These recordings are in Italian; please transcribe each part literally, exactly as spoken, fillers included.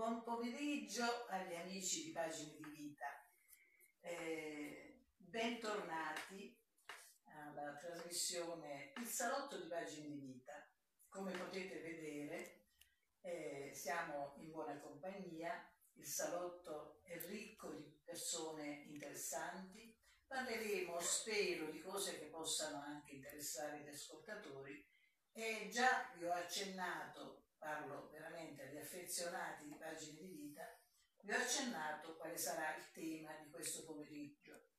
Buon pomeriggio agli amici di Pagine di Vita. Eh, bentornati alla trasmissione Il Salotto di Pagine di Vita. Come potete vedere, eh, siamo in buona compagnia. Il salotto è ricco di persone interessanti. Parleremo, spero, di cose che possano anche interessare gli ascoltatori. E già vi ho accennato, parlo veramente agli affezionati di Pagine di Vita, vi ho accennato quale sarà il tema di questo pomeriggio.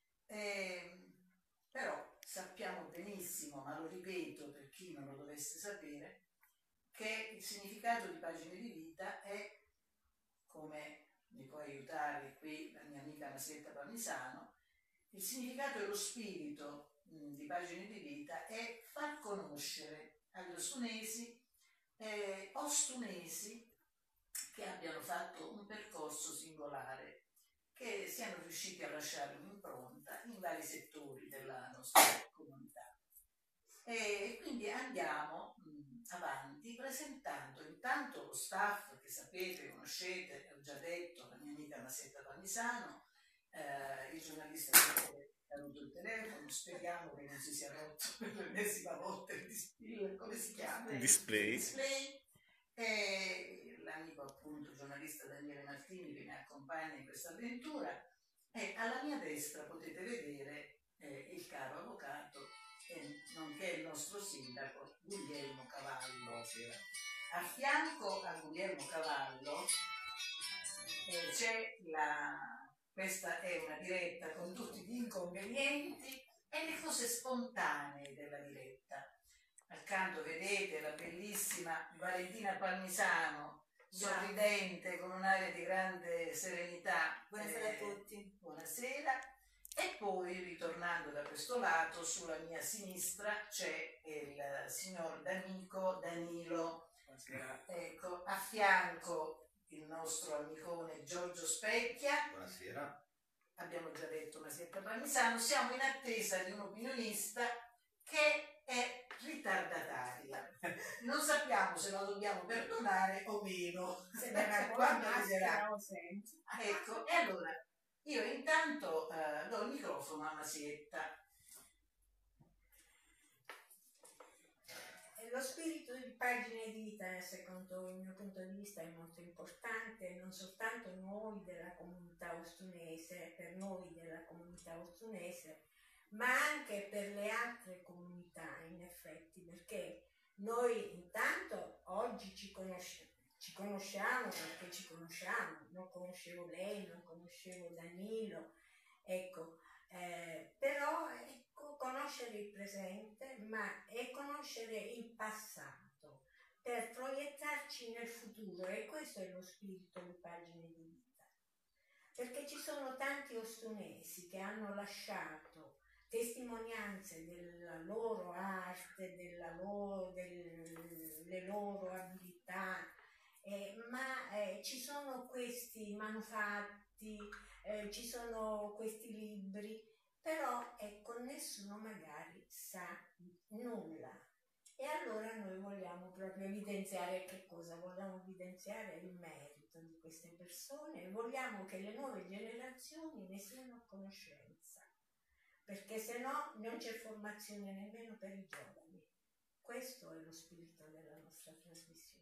E, però sappiamo benissimo, ma lo ripeto per chi non lo dovesse sapere, che il significato di Pagine di Vita è, come mi può aiutare qui la mia amica Masietta Parmisano, il significato e lo spirito mh, di Pagine di Vita è far conoscere agli ostunesi, eh, ostunesi che abbiano fatto un percorso singolare, che siano riusciti a lasciare un'impronta in vari settori della nostra comunità. E quindi andiamo mh, avanti presentando intanto lo staff che sapete, conoscete, ho già detto, la mia amica Masietta Parmisano, eh, il giornalista che ha avuto il telefono, speriamo che non si sia rotto per l'ennesima volta il display, come si chiama? Display. display. E l'amico appunto giornalista Daniele Martini che mi accompagna in questa avventura, e alla mia destra potete vedere eh, il caro avvocato e nonché il nostro sindaco Guglielmo Cavallo. Buonasera. A fianco a Guglielmo Cavallo eh, c'è la questa è una diretta con tutti gli inconvenienti e le cose spontanee della diretta. Accanto vedete la bellissima Valentina Parmisano, sorridente, con un'aria di grande serenità. Buonasera eh, a tutti. Buonasera. E poi, ritornando da questo lato, sulla mia sinistra c'è il signor D'Amico Danilo. Buonasera. Ecco, a fianco il nostro amicone Giorgio Specchia. Buonasera. Abbiamo già detto Masietta Parmisano. Siamo in attesa di un opinionista che è ritardataria. Non sappiamo se la dobbiamo perdonare o meno. Se verrà con la maschera o senza. Ecco, e allora io intanto eh, do il microfono a Masietta. Lo spirito di Pagine di Vita, secondo il mio punto di vista, è molto importante, non soltanto noi della comunità ostunese, per noi della comunità ostunese, ma anche per le altre comunità, in effetti, perché noi intanto oggi ci conosciamo, ci conosciamo perché ci conosciamo, non conoscevo lei, non conoscevo Danilo, ecco, eh, però ecco, conoscere il presente, ma è conoscere il passato per proiettarci nel futuro, e questo è lo spirito di Pagine di Vita, perché ci sono tanti ostunesi che hanno lasciato testimonianze della loro arte, della loro, delle loro abilità, eh, ma eh, ci sono questi manufatti, eh, ci sono questi libri, però ecco, nessuno magari sa nulla. E allora noi vogliamo proprio evidenziare che cosa? Vogliamo evidenziare il merito di queste persone e vogliamo che le nuove generazioni ne siano a conoscenza, perché se no non c'è formazione nemmeno per i giovani. Questo è lo spirito della nostra trasmissione.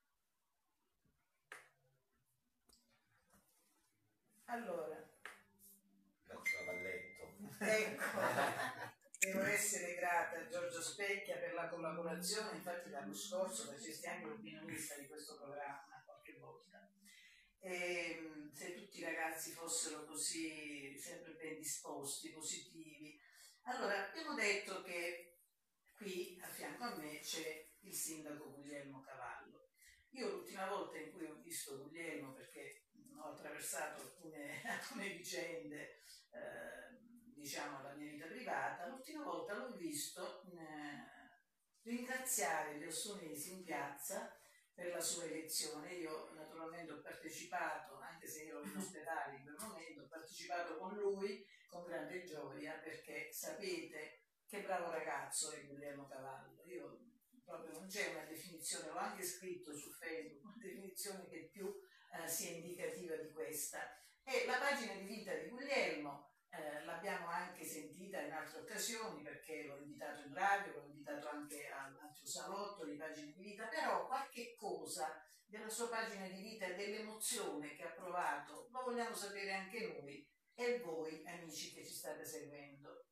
Allora, Cavalletto. ecco, devo essere grata a Giorgio Specchia per la collaborazione, infatti l'anno scorso facesti anche l'opinionista di questo programma qualche volta. E, se tutti i ragazzi fossero così sempre ben disposti, positivi. Allora, abbiamo detto che qui a fianco a me c'è il sindaco Guglielmo Cavallo. Io l'ultima volta in cui ho visto Guglielmo, perché ho attraversato alcune, alcune vicende, eh, diciamo, alla mia vita privata, l'ultima volta l'ho visto eh, ringraziare gli ostunesi in piazza per la sua elezione. Io naturalmente ho partecipato, anche se ero in ospedale in quel momento, ho partecipato con lui con grande gioia, perché sapete che bravo ragazzo è Guglielmo Cavallo. Io proprio non c'è una definizione, l'ho anche scritto su Facebook, una definizione che più eh, sia indicativa di questa. E la pagina di vita di Guglielmo eh, l'abbiamo anche sentita in altre occasioni, perché l'ho invitato in radio, l'ho invitato anche all'altro salotto di pagine di vita, però qualche cosa della sua pagina di vita e dell'emozione che ha provato lo vogliamo sapere anche noi e voi amici che ci state seguendo.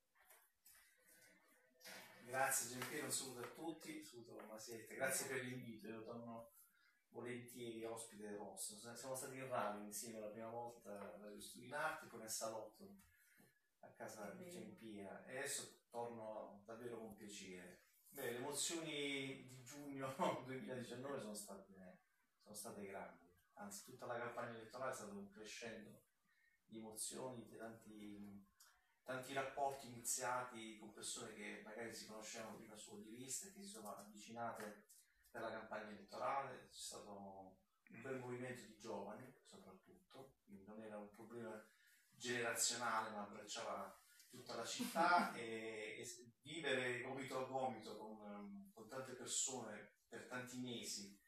Grazie Giampiero, un saluto a tutti, saluto Masietta, grazie per l'invito, io torno volentieri ospite vostro. Siamo stati in radio insieme la prima volta allo Studio in Arte, poi nel salotto a casa di Giampiera, e adesso torno davvero con piacere. Beh, le emozioni di giugno duemiladiciannove sono state, sono state grandi, anzi tutta la campagna elettorale è stato un crescendo di emozioni, di tanti, tanti rapporti iniziati con persone che magari si conoscevano prima solo di vista e che si sono avvicinate per la campagna elettorale. C'è stato un bel movimento di giovani soprattutto, quindi non era un problema generazionale ma abbracciava tutta la città e, e vivere gomito a gomito con, con tante persone per tanti mesi,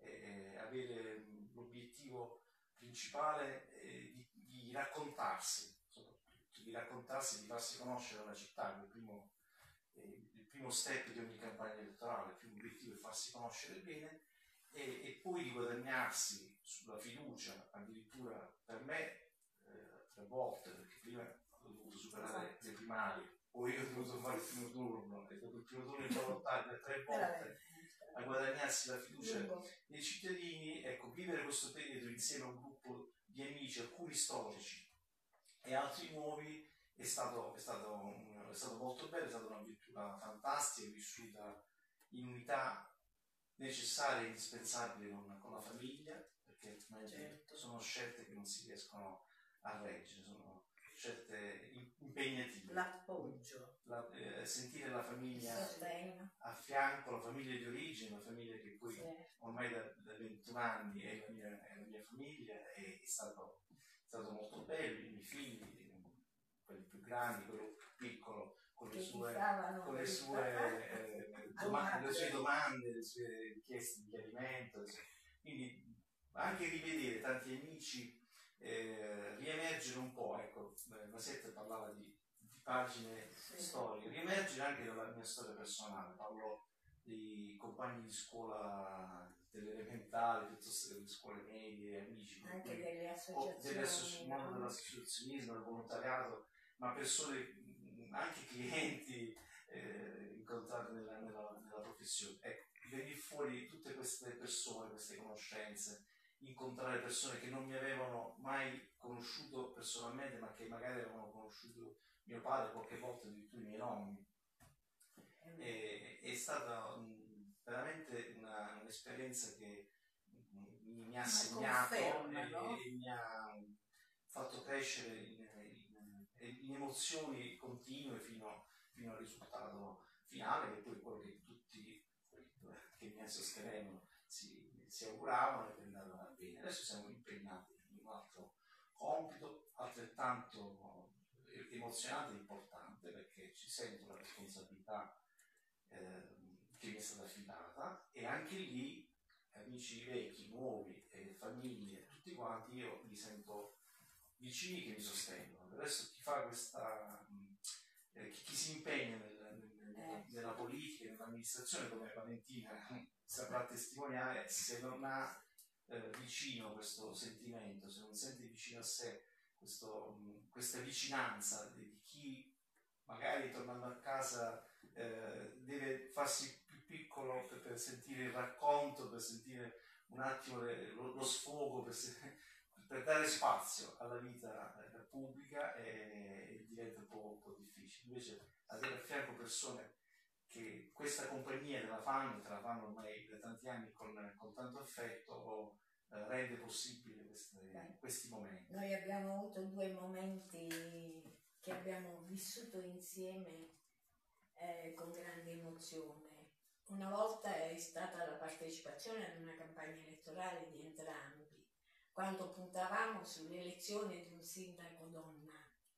e avere l'obiettivo principale eh, di, di raccontarsi, soprattutto di raccontarsi, di farsi conoscere la città. Il primo, eh, il primo step di ogni campagna elettorale, il primo obiettivo è farsi conoscere bene e, e poi di guadagnarsi sulla fiducia, addirittura per me eh, tre volte, perché prima ho dovuto superare le primarie, poi ho dovuto fare il primo turno e dopo il primo turno in volontaria tre volte a guadagnarsi la fiducia dei cittadini. Ecco, vivere questo periodo insieme a un gruppo di amici, alcuni storici e altri nuovi, è stato, è stato, un, è stato molto bello, è stata un'avventura fantastica, vissuta in unità necessaria e indispensabile con, con la famiglia, perché altrimenti certo. sono scelte che non si riescono a reggere, sono scelte impegnative. L'appoggio. La, eh, sentire la famiglia a fianco, la famiglia di origine, la famiglia che poi sì. ormai da, da ventuno anni è la mia, è la mia famiglia, è, è, stato, è stato molto bello. I miei figli, quelli più grandi, quello più piccolo, con le sue, con le sue, eh, domande, le sue domande, le sue richieste di chiarimento. Quindi anche rivedere tanti amici, eh, riemergere un po', ecco, Masietta parlava di, di pagine sì. storiche, riemergere anche dalla mia storia personale, parlo dei compagni di scuola, delle elementari, piuttosto che delle scuole medie, amici, anche delle associazioni, delle associ- no, dell'associazionismo, del volontariato, ma persone, anche clienti eh, incontrati nella, nella, nella professione. Ecco, venire fuori tutte queste persone, queste conoscenze, incontrare persone che non mi avevano mai conosciuto personalmente, ma che magari avevano conosciuto mio padre, qualche volta addirittura i miei nonni. E, è stata um, veramente una, un'esperienza che um, mi, mi ha segnato e, no? e mi ha fatto crescere in, in, in emozioni continue fino, fino al risultato finale, che poi è quello che tutti che mi sostenevano si, si auguravano, e che è andata bene. Adesso siamo impegnati in un altro compito altrettanto emozionante e importante, perché ci sento la responsabilità eh, che mi è stata affidata, e anche lì amici vecchi, nuovi, eh, famiglie, tutti quanti io li sento vicini che mi sostengono. Adesso chi fa questa eh, chi, chi si impegna nel, nel, nel, nella politica, nell'amministrazione, come Valentina saprà testimoniare, se non ha eh, vicino questo sentimento, se non sente vicino a sé questo, mh, questa vicinanza di chi magari tornando a casa eh, deve farsi più piccolo per, per sentire il racconto, per sentire un attimo le, lo, lo sfogo, per, se, per dare spazio alla vita eh, pubblica, e, e diventa un po', un po' difficile. Invece avere a fianco persone che questa compagnia te la fanno, te la fanno ormai da tanti anni con, con tanto affetto, eh, rende possibile queste, questi momenti. Noi abbiamo avuto due momenti che abbiamo vissuto insieme eh, con grande emozione. Una volta è stata la partecipazione ad una campagna elettorale di entrambi, quando puntavamo sull'elezione di un sindaco donna.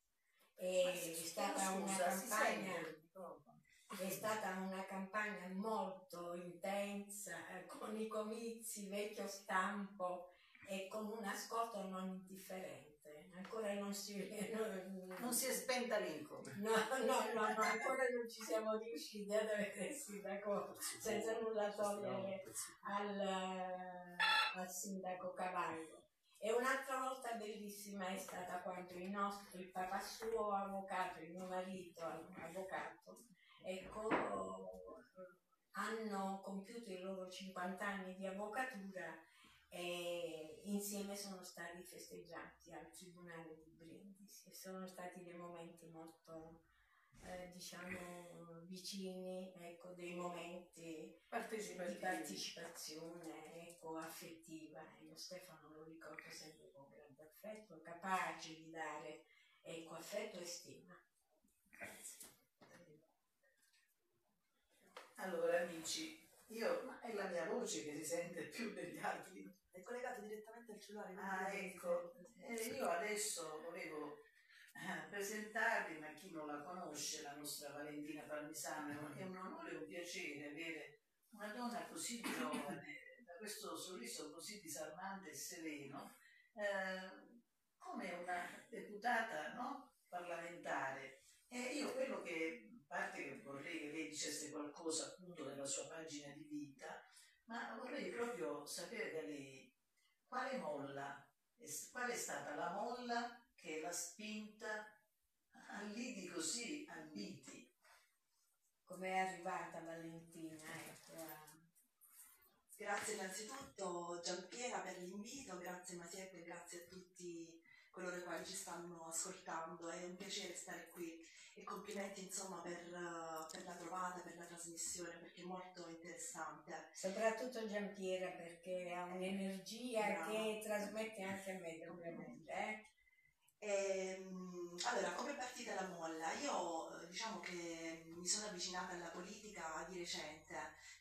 E è stata una campagna è stata una campagna molto intensa, eh, con i comizi vecchio stampo, e con un ascolto non indifferente. Ancora non si, non, non si è spenta l'incontro. No, no, no, no, ancora non ci siamo riusciti ad avere il sindaco, senza nulla togliere al, al sindaco Cavallo. E un'altra volta bellissima è stata quando il nostro, il papà suo avvocato, il mio marito avvocato, ecco, hanno compiuto i loro cinquanta anni di avvocatura e insieme sono stati festeggiati al Tribunale di Brindisi. Sono stati dei momenti molto, eh, diciamo, vicini, ecco, dei momenti di partecipazione, ecco, affettiva. Io Stefano lo ricordo sempre con grande affetto, capace di dare, ecco, affetto e stima. Grazie. Allora amici, io, ma è la mia voce che si sente più degli altri. È collegato direttamente al cellulare. Ah, ecco, eh, io adesso volevo eh, presentarvi, ma chi non la conosce, la nostra Valentina Palmisano, è un onore e un piacere avere una donna così giovane, da questo sorriso così disarmante e sereno, eh, come una deputata, no? Parlamentare. E io quello che, a parte che vorrei che lei dicesse qualcosa appunto della sua pagina di vita, ma vorrei proprio sapere da lei quale molla, qual è stata la molla che l'ha spinta a lidi così ambiti. Come è arrivata Valentina? Ecco. Grazie innanzitutto Giampiera per l'invito, grazie Masiette, grazie a tutti coloro i quali ci stanno ascoltando, è un piacere stare qui e complimenti insomma per, per la trovata, per la trasmissione, perché è molto interessante. Soprattutto Giampiera perché ha un'energia Brava. Che trasmette anche a me ovviamente. Eh? E, allora, come è partita la molla? Io diciamo che mi sono avvicinata alla politica di recente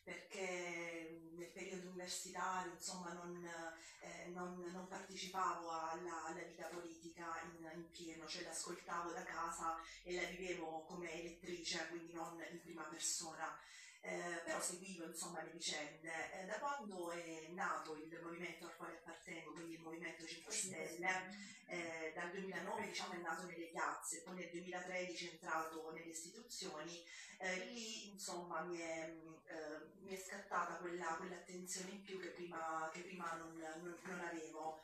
perché nel periodo universitario insomma non, eh, non, non partecipavo alla, alla vita politica in, in pieno, cioè l'ascoltavo da casa e la vivevo come elettrice, quindi non in prima persona. Eh, però seguivo insomma le vicende. Eh, da quando è nato il movimento al quale appartengo, quindi il Movimento cinque Stelle, eh, dal duemilanove diciamo è nato nelle piazze, poi nel duemilatredici è entrato nelle istituzioni, eh, lì insomma mi è, eh, mi è scattata quella, quell'attenzione in più che prima, che prima non, non, non avevo.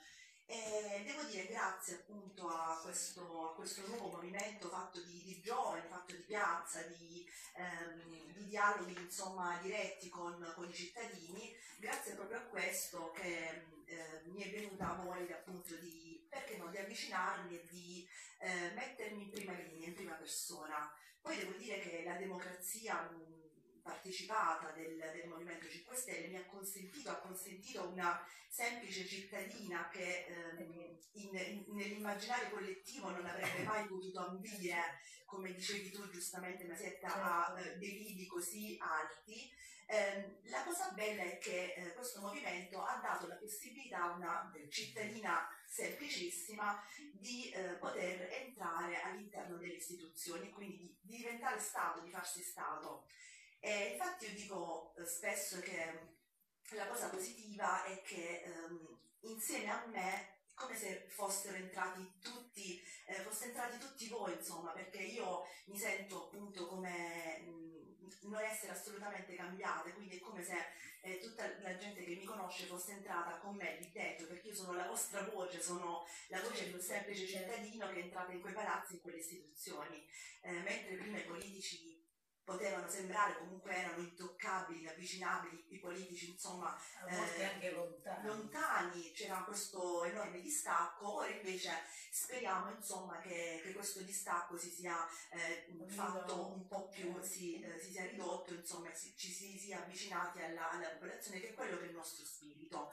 E devo dire grazie appunto a questo, a questo nuovo movimento fatto di, di giovani, fatto di piazza, di, ehm, di dialoghi insomma diretti con, con i cittadini, grazie proprio a questo che eh, mi è venuta voglia appunto di, perché no, di avvicinarmi e di eh, mettermi in prima linea, in prima persona. Poi devo dire che la democrazia mh, partecipata del, del Movimento cinque Stelle mi ha consentito, ha consentito una semplice cittadina che ehm, in, in, nell'immaginario collettivo non avrebbe mai potuto ambire, come dicevi tu giustamente Masietta, a eh, dei lidi così alti. Eh, la cosa bella è che eh, questo movimento ha dato la possibilità a una cittadina semplicissima di eh, poter entrare all'interno delle istituzioni, quindi di, di diventare Stato, di farsi Stato. E infatti io dico eh, spesso che la cosa positiva è che ehm, insieme a me è come se fossero entrati tutti, eh, foste entrati tutti voi insomma, perché io mi sento appunto come mh, non essere assolutamente cambiata, quindi è come se eh, tutta la gente che mi conosce fosse entrata con me lì dentro, perché io sono la vostra voce, sono la voce di un semplice cittadino che è entrato in quei palazzi, in quelle istituzioni, eh, mentre prima i politici potevano sembrare, comunque erano intoccabili, avvicinabili, i politici insomma a volte eh, anche lontani. lontani, c'era questo enorme distacco. Ora invece speriamo insomma che, che questo distacco si sia eh, fatto un po' più, si, eh, si sia ridotto, insomma si, ci si sia avvicinati alla, alla popolazione, che è quello che è il nostro spirito.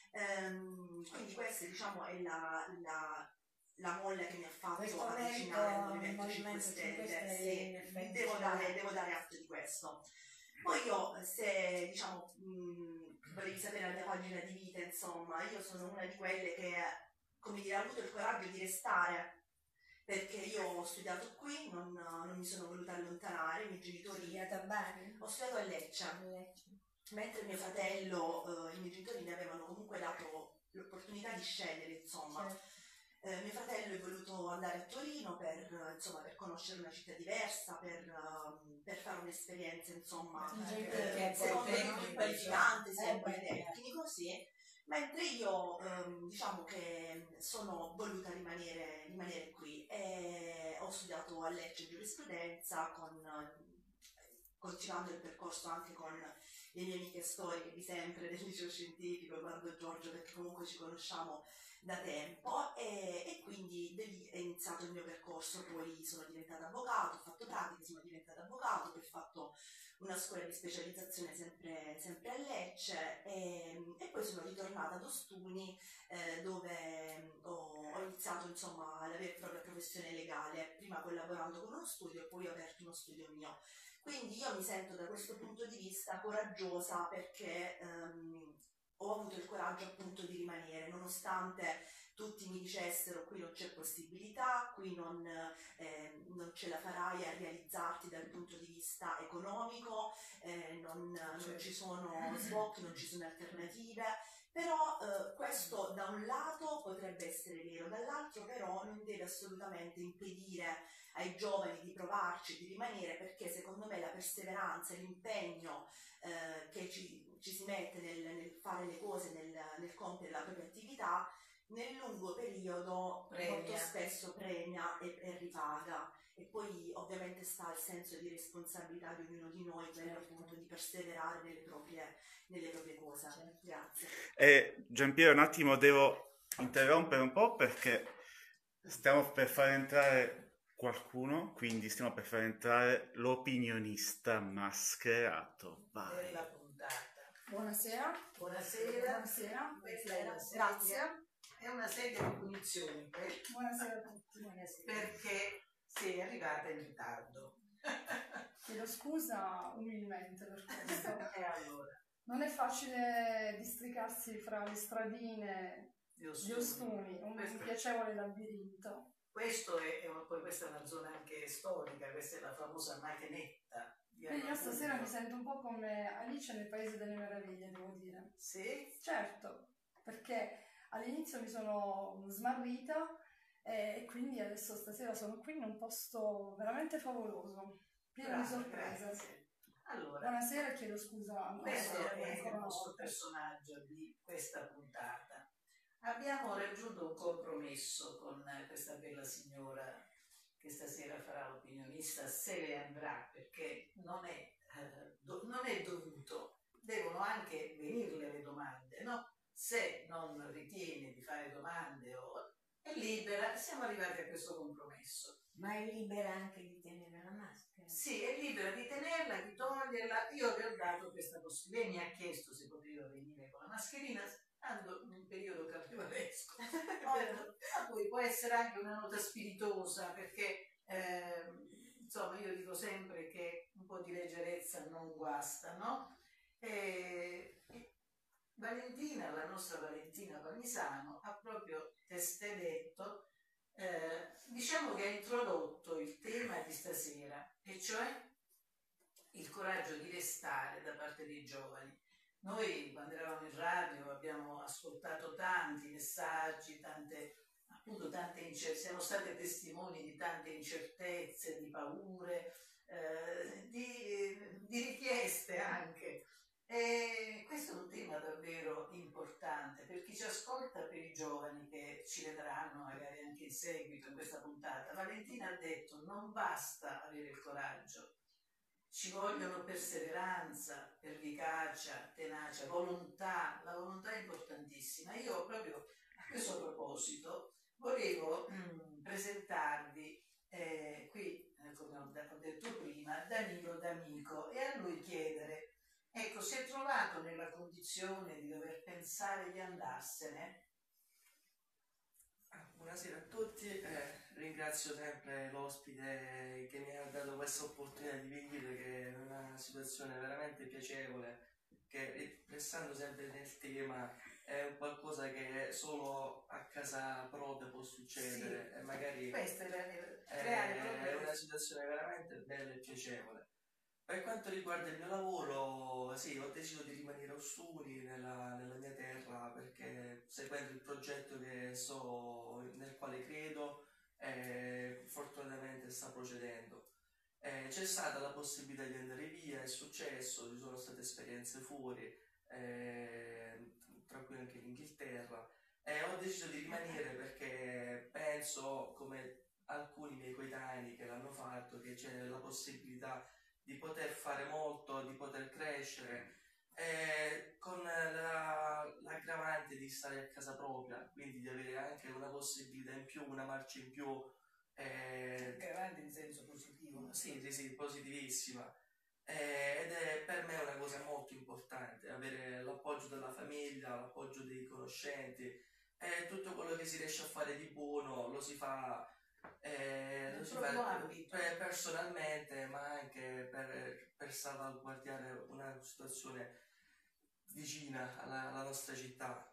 Ehm, quindi questa diciamo è la, la la molla che mi ha fatto questo avvicinare al Movimento cinque Stelle, sì, devo, dare, devo dare atto di questo. Poi io, se diciamo mh, volevi sapere la mia pagina di vita, insomma, io sono una di quelle che, come dire, ha avuto il coraggio di restare, perché io ho studiato qui, non, non mi sono voluta allontanare, i miei genitori... Studiato a Bari? Ho studiato a Lecce, a Lecce. Mentre mio fratello, eh, i miei genitori mi avevano comunque dato l'opportunità di scegliere, insomma. Certo. Eh, mio fratello è voluto andare a Torino per, insomma, per conoscere una città diversa, per, uh, per fare un'esperienza, insomma, Anche eh, perché è secondo me politecnico, più qualificante, sia eh, un politecnico, così. Mentre io ehm, diciamo che sono voluta rimanere, rimanere qui e ho studiato a Lecce giurisprudenza, con, continuando il percorso anche con le mie amiche storiche di sempre del liceo scientifico, guardo Giorgio perché comunque ci conosciamo da tempo, e, e quindi da lì è iniziato il mio percorso. Poi sono diventata avvocato, ho fatto pratiche, sono diventata avvocato, poi ho fatto una scuola di specializzazione sempre, sempre a Lecce, e, e poi sono ritornata ad Ostuni, eh, dove ho, ho iniziato, insomma, la vera e propria professione legale, prima collaborando con uno studio e poi ho aperto uno studio mio. Quindi io mi sento da questo punto di vista coraggiosa perché ehm, ho avuto il coraggio appunto di rimanere, nonostante tutti mi dicessero qui non c'è possibilità, qui non, eh, non ce la farai a realizzarti dal punto di vista economico, eh, non, non ci sono sbocchi, non ci sono alternative. Però eh, questo da un lato potrebbe essere vero, dall'altro però non deve assolutamente impedire ai giovani di provarci, di rimanere, perché secondo me la perseveranza, l'impegno eh, che ci, ci si mette nel, nel fare le cose, nel, nel compiere la propria attività, nel lungo periodo Premia. molto spesso premia e, e ripaga. E poi ovviamente sta il senso di responsabilità di ognuno di noi, quello Certo. appunto di perseverare nelle proprie, nelle proprie cose. Certo. Grazie. E Giampiero, un attimo devo interrompere un po' perché stiamo per far entrare qualcuno, quindi stiamo per far entrare l'opinionista mascherato. Vai. Bella puntata. Buonasera. Buonasera. Buonasera. Questa è una sedia- Grazie. È una sedia di punizione eh, Buonasera a tutti. perché sei arrivata in ritardo. Chiedo scusa umilmente per questo. E allora, Non è facile districarsi fra le stradine io di sono- Ostuni, un Questo- piacevole labirinto. Questo è, è una- poi questa è una zona anche storica, questa è la famosa Machenetta. di Quindi io stasera mi Amacundo. sento un po' come Alice nel Paese delle Meraviglie, devo dire. Sì? Certo, perché all'inizio mi sono smarrita e, e quindi adesso stasera sono qui in un posto veramente favoloso, pieno di Brava, sorprese. grazie. Allora, Buonasera e chiedo scusa. no, questo eh, è ancora il una nostro volta. personaggio di questa puntata. Abbiamo raggiunto un compromesso con questa bella signora che stasera farà l'opinionista, se ne andrà perché non è, eh, do- non è dovuto, devono anche venirle le domande, no? Se non ritiene di fare domande o è libera, siamo arrivati a questo compromesso. Ma è libera anche di tenere la maschera. Sì, è libera di tenerla, di toglierla. Io le ho dato questa possibilità. Lei mi ha chiesto se poteva venire con la mascherina, stando in un periodo carnevalesco. Ovvio, ma poi può essere anche una nota spiritosa, perché ehm, insomma io dico sempre che un po' di leggerezza non guasta, no? E, e Valentina, la nostra Valentina Palmisano, ha proprio testé detto, eh, diciamo che ha introdotto il tema di stasera, e cioè il coraggio di restare da parte dei giovani. Noi quando eravamo in radio abbiamo ascoltato tanti messaggi, tante, appunto tante incer- siamo state testimoni di tante incertezze, di paure, eh, di, di richieste anche. E questo è un tema davvero importante per chi ci ascolta, per i giovani che ci vedranno magari anche in seguito in questa puntata. Valentina ha detto: non basta avere il coraggio, ci vogliono perseveranza, pervicacia, tenacia, volontà. La volontà è importantissima. Io proprio a questo proposito volevo mm, presentarvi eh, qui, eh, come ho, ho detto prima, Danilo D'Amico, e a lui chiedere: ecco, si è trovato nella condizione di dover pensare di andarsene? Ah, buonasera a tutti, eh, ringrazio sempre l'ospite che mi ha dato questa opportunità di venire, che è una situazione veramente piacevole, che restando sempre nel tema è un qualcosa che solo a casa propria può succedere, Sì. e magari Questa è, la, creare è proprio una situazione veramente bella e piacevole. Per quanto riguarda il mio lavoro, sì, ho deciso di rimanere a Ostuni, nella, nella mia terra, perché seguendo il progetto che so, nel quale credo, eh, fortunatamente sta procedendo. Eh, c'è stata la possibilità di andare via, è successo, ci sono state esperienze fuori, eh, tra cui anche l'Inghilterra, e ho deciso di rimanere perché penso, come alcuni miei coetanei che l'hanno fatto, che c'è la possibilità di poter fare molto, di poter crescere, eh, con la- l'aggravante di stare a casa propria, quindi di avere anche una possibilità in più, una marcia in più. Eh, Grande in senso positivo. sì, sì, sì, positivissima. Eh, ed è per me una cosa molto importante, avere l'appoggio della famiglia, l'appoggio dei conoscenti, e tutto quello che si riesce a fare di buono lo si fa, eh, Nel lo si proprio fa ambito. per- personalmente, ma anche per, per salvaguardare una situazione vicina alla, alla nostra città.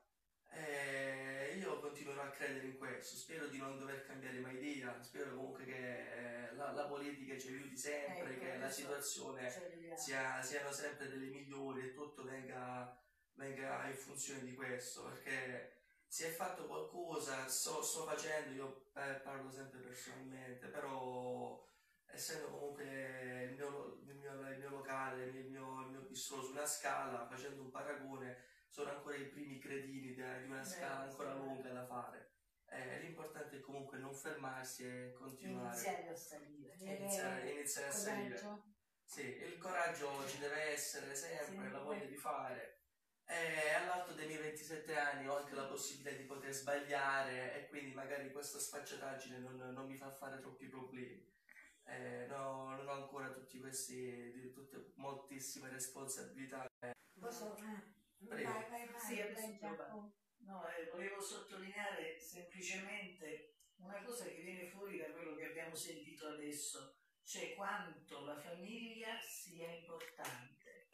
Eh, io continuerò a credere in questo, spero di non dover cambiare mai idea, spero comunque che eh, la, la politica ci aiuti sempre, Ecco, che la adesso situazione ci arriviamo. sia, siano sempre delle migliori e tutto venga, venga in funzione di questo, perché si è fatto qualcosa, sto, sto facendo, io eh, parlo sempre personalmente, però essendo comunque il mio, il mio, il mio locale, il mio, il mio bistro su una scala, facendo un paragone, sono ancora i primi gradini de- di una scala ancora lunga da fare. Eh, l'importante è comunque non fermarsi e continuare. Iniziare a salire. E iniziare, iniziare a salire. Coraggio. Sì, il coraggio ci deve essere sempre, Sì. la voglia di fare. E all'alto dei miei ventisette anni ho anche la possibilità di poter sbagliare e quindi magari questa sfacciataggine non, non mi fa fare troppi problemi. Eh, no, non ho ancora tutti questi, di, tutte moltissime responsabilità. Posso? Ah, Prego. vai, vai, vai, Sì, adesso vai, Giacomo. No, eh, volevo sottolineare semplicemente una cosa che viene fuori da quello che abbiamo sentito adesso, cioè quanto la famiglia sia importante.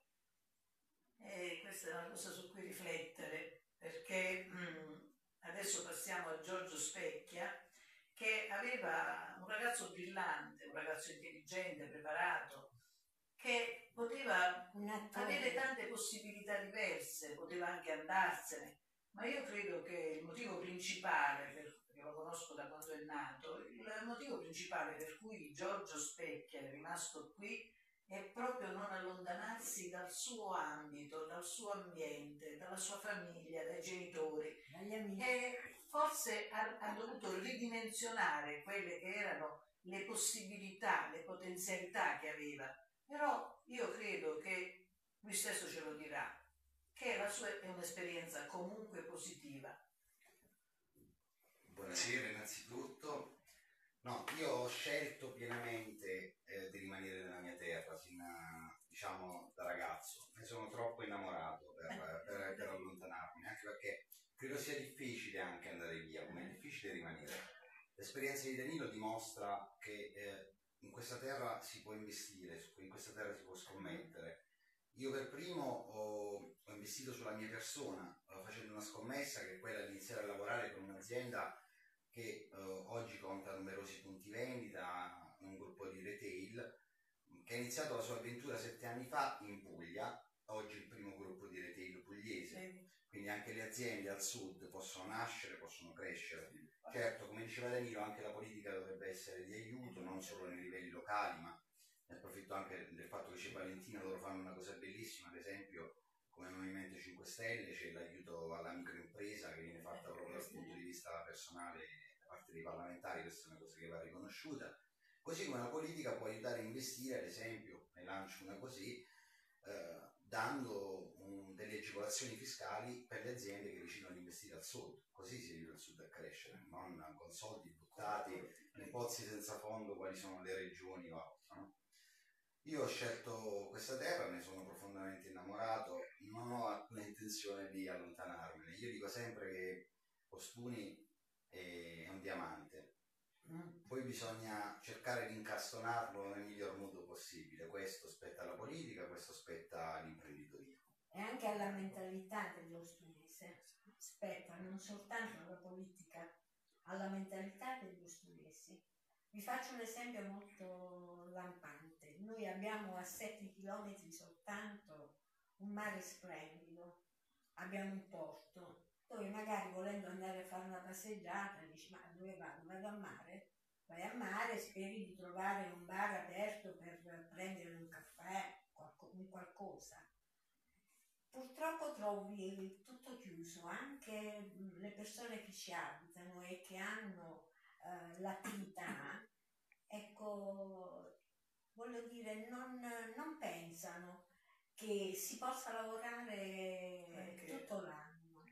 E questa è una cosa su cui riflettere, perché mm, adesso passiamo a Giorgio Specchia, che aveva un ragazzo brillante, un ragazzo intelligente, preparato, che poteva Un avere attore. tante possibilità diverse, poteva anche andarsene, ma io credo che il motivo principale, per, perché lo conosco da quando è nato, il motivo principale per cui Giorgio Specchia è rimasto qui è proprio non allontanarsi dal suo ambito, dal suo ambiente, dalla sua famiglia, dai genitori. Dagli amici. E forse ha, ha dovuto ridimensionare quelle che erano le possibilità, le potenzialità che aveva. Però io credo che, lui stesso ce lo dirà, che la sua è un'esperienza comunque positiva. Buonasera innanzitutto. No, io ho scelto pienamente eh, di rimanere nella mia terra sin diciamo da ragazzo. Ne sono troppo innamorato per, per, per allontanarmi, anche perché credo sia difficile anche andare via, come è difficile rimanere. L'esperienza di Danilo dimostra che eh, in questa terra si può investire, in questa terra si può scommettere. Io per primo ho, ho investito sulla mia persona, eh, facendo una scommessa che è quella di iniziare a lavorare con un'azienda che eh, oggi conta numerosi punti vendita, un gruppo di retail, che ha iniziato la sua avventura sette anni fa in Puglia, oggi il primo gruppo di retail pugliese, quindi anche le aziende al sud possono nascere, possono crescere. Certo, come diceva Danilo, anche la politica dovrebbe essere di aiuto, non solo nei livelli locali, ma ne approfitto anche del fatto che c'è Valentina, loro fanno una cosa bellissima, ad esempio come Movimento cinque Stelle c'è l'aiuto alla microimpresa che viene fatta proprio dal punto di vista personale da parte dei parlamentari, questa è una cosa che va riconosciuta. Così come la politica può aiutare a investire, ad esempio, ne lancio una così, eh, dando un, delle agevolazioni fiscali per le aziende che decidono di investire al sud, così si aiuta il sud a crescere, non con soldi buttati in pozzi senza fondo quali sono le regioni o altro, no? Io ho scelto questa terra, ne sono profondamente innamorato, non ho alcuna intenzione di allontanarmene. Io dico sempre che Ostuni è un diamante, poi bisogna cercare di incastonarlo nel miglior modo possibile. Questo spetta alla politica, questo spetta all'imprenditoria. E anche alla mentalità dell'ostunese. Spetta non soltanto alla politica, alla mentalità degli ostunesi. Vi faccio un esempio molto lampante. Noi abbiamo a sette chilometri soltanto un mare splendido, abbiamo un porto dove magari volendo andare a fare una passeggiata dici ma dove vado? Vado a mare? Vai a mare, speri di trovare un bar aperto per prendere un caffè, un qualcosa. Purtroppo trovi tutto chiuso, anche le persone che ci abitano e che hanno eh, l'attività, ecco, voglio dire, non, non pensano che si possa lavorare Anche... tutto l'anno.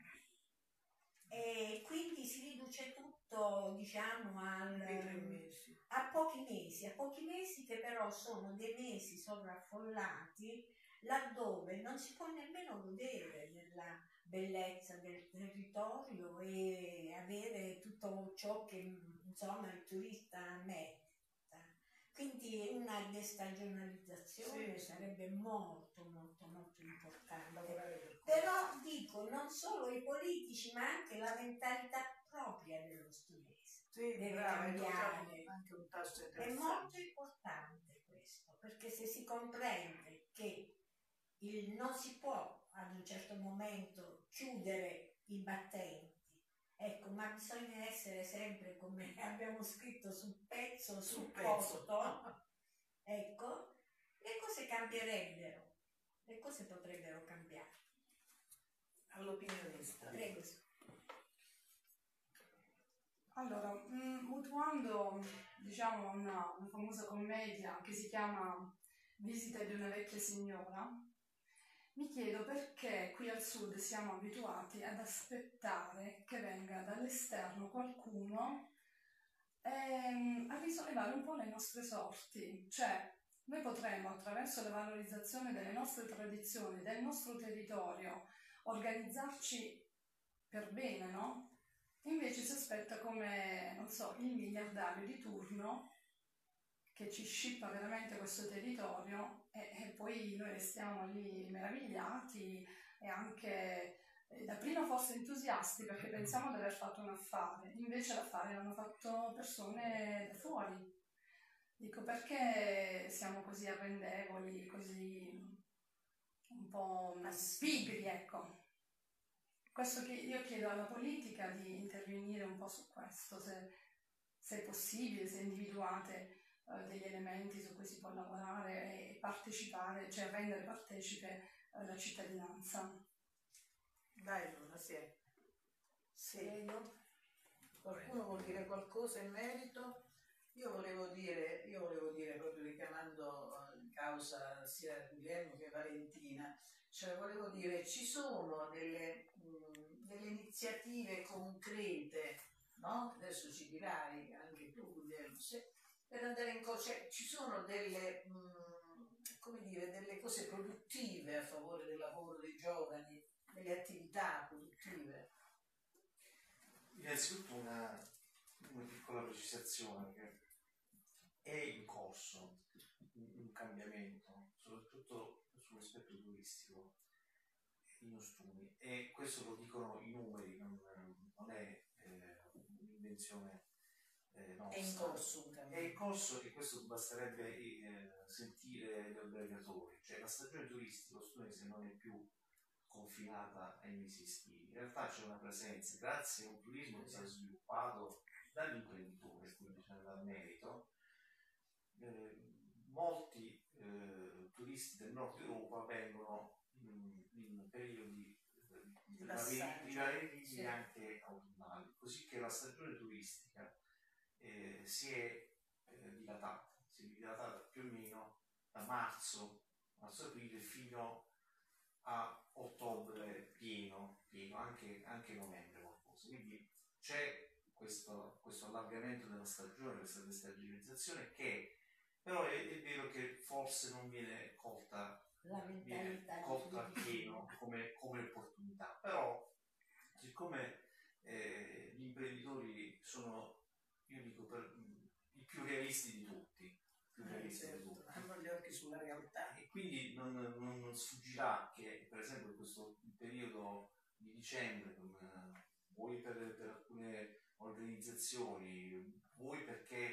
E quindi si riduce tutto, diciamo, al, a pochi mesi, a pochi mesi che però sono dei mesi sovraffollati, laddove non si può nemmeno godere della bellezza del territorio e avere tutto ciò che insomma il turista merita. Quindi una destagionalizzazione sì, sarebbe molto molto molto importante. Però dico, non solo i politici ma anche la mentalità propria dello studente sì, deve brava, cambiare. Anche un tasto è molto importante questo, perché se si comprende che il, non si può ad un certo momento chiudere i battenti, ecco, ma bisogna essere sempre, come abbiamo scritto, sul pezzo, sul, sul posto, pezzo. Ecco, le cose cambierebbero, le cose potrebbero cambiare. All'opinionista. Prego. Allora, mh, mutuando, diciamo, una, una famosa commedia che si chiama Visita di una vecchia signora, mi chiedo perché qui al sud siamo abituati ad aspettare che venga dall'esterno qualcuno ehm, a risollevare un po' le nostre sorti. Cioè, noi potremmo, attraverso la valorizzazione delle nostre tradizioni, del nostro territorio, organizzarci per bene, no? Invece si aspetta come, non so, il miliardario di turno che ci scippa veramente questo territorio e, e poi noi restiamo lì meravigliati e anche eh, dapprima forse entusiasti perché pensiamo di aver fatto un affare, invece l'affare l'hanno fatto persone da fuori. Dico, perché siamo così arrendevoli, così un po' spigri, ecco. Questo che io chiedo alla politica di intervenire un po' su questo, se, se è possibile, se individuate uh, degli elementi su cui si può lavorare e partecipare, cioè rendere partecipe uh, la cittadinanza. Dai, Luna, sì. Sì. Qualcuno vuol dire qualcosa in merito? Io volevo dire, io volevo dire proprio richiamando in causa sia Guglielmo che Valentina, cioè volevo dire ci sono delle, mh, delle iniziative concrete, no? Adesso ci dirai anche tu Guglielmo, se, per andare in cosa, cioè, ci sono delle, mh, come dire, delle cose produttive a favore del lavoro dei giovani, delle attività produttive. Innanzitutto una, una piccola precisazione che è in corso un, un cambiamento, soprattutto sull'aspetto turistico in Ostuni, e questo lo dicono i numeri, non, non è eh, un'invenzione eh, nostra. È in corso un cambiamento. È in corso e questo basterebbe eh, sentire gli albergatori, cioè la stagione turistica ostunese non è più confinata ai mesi estivi, in realtà c'è una presenza, grazie a un turismo che si è sviluppato dall'imprenditore, quindi bisogna dar merito. Eh, molti eh, turisti del nord Europa vengono in, in periodi primaverili e anche autunnali, così che la stagione turistica eh, si è eh, dilatata, si è dilatata più o meno da marzo, marzo-aprile fino a ottobre pieno, pieno anche, anche novembre qualcosa. Quindi c'è questo, questo allargamento della stagione, questa destagionalizzazione che però è, è vero che forse non viene colta, viene colta pieno come, come opportunità, però siccome eh, gli imprenditori sono, io dico, per, i più realisti di tutti, più realisti certo, di tutti, hanno gli occhi sulla realtà e quindi non, non, non sfuggirà che per esempio in questo periodo di dicembre, come, vuoi per, per alcune organizzazioni, vuoi perché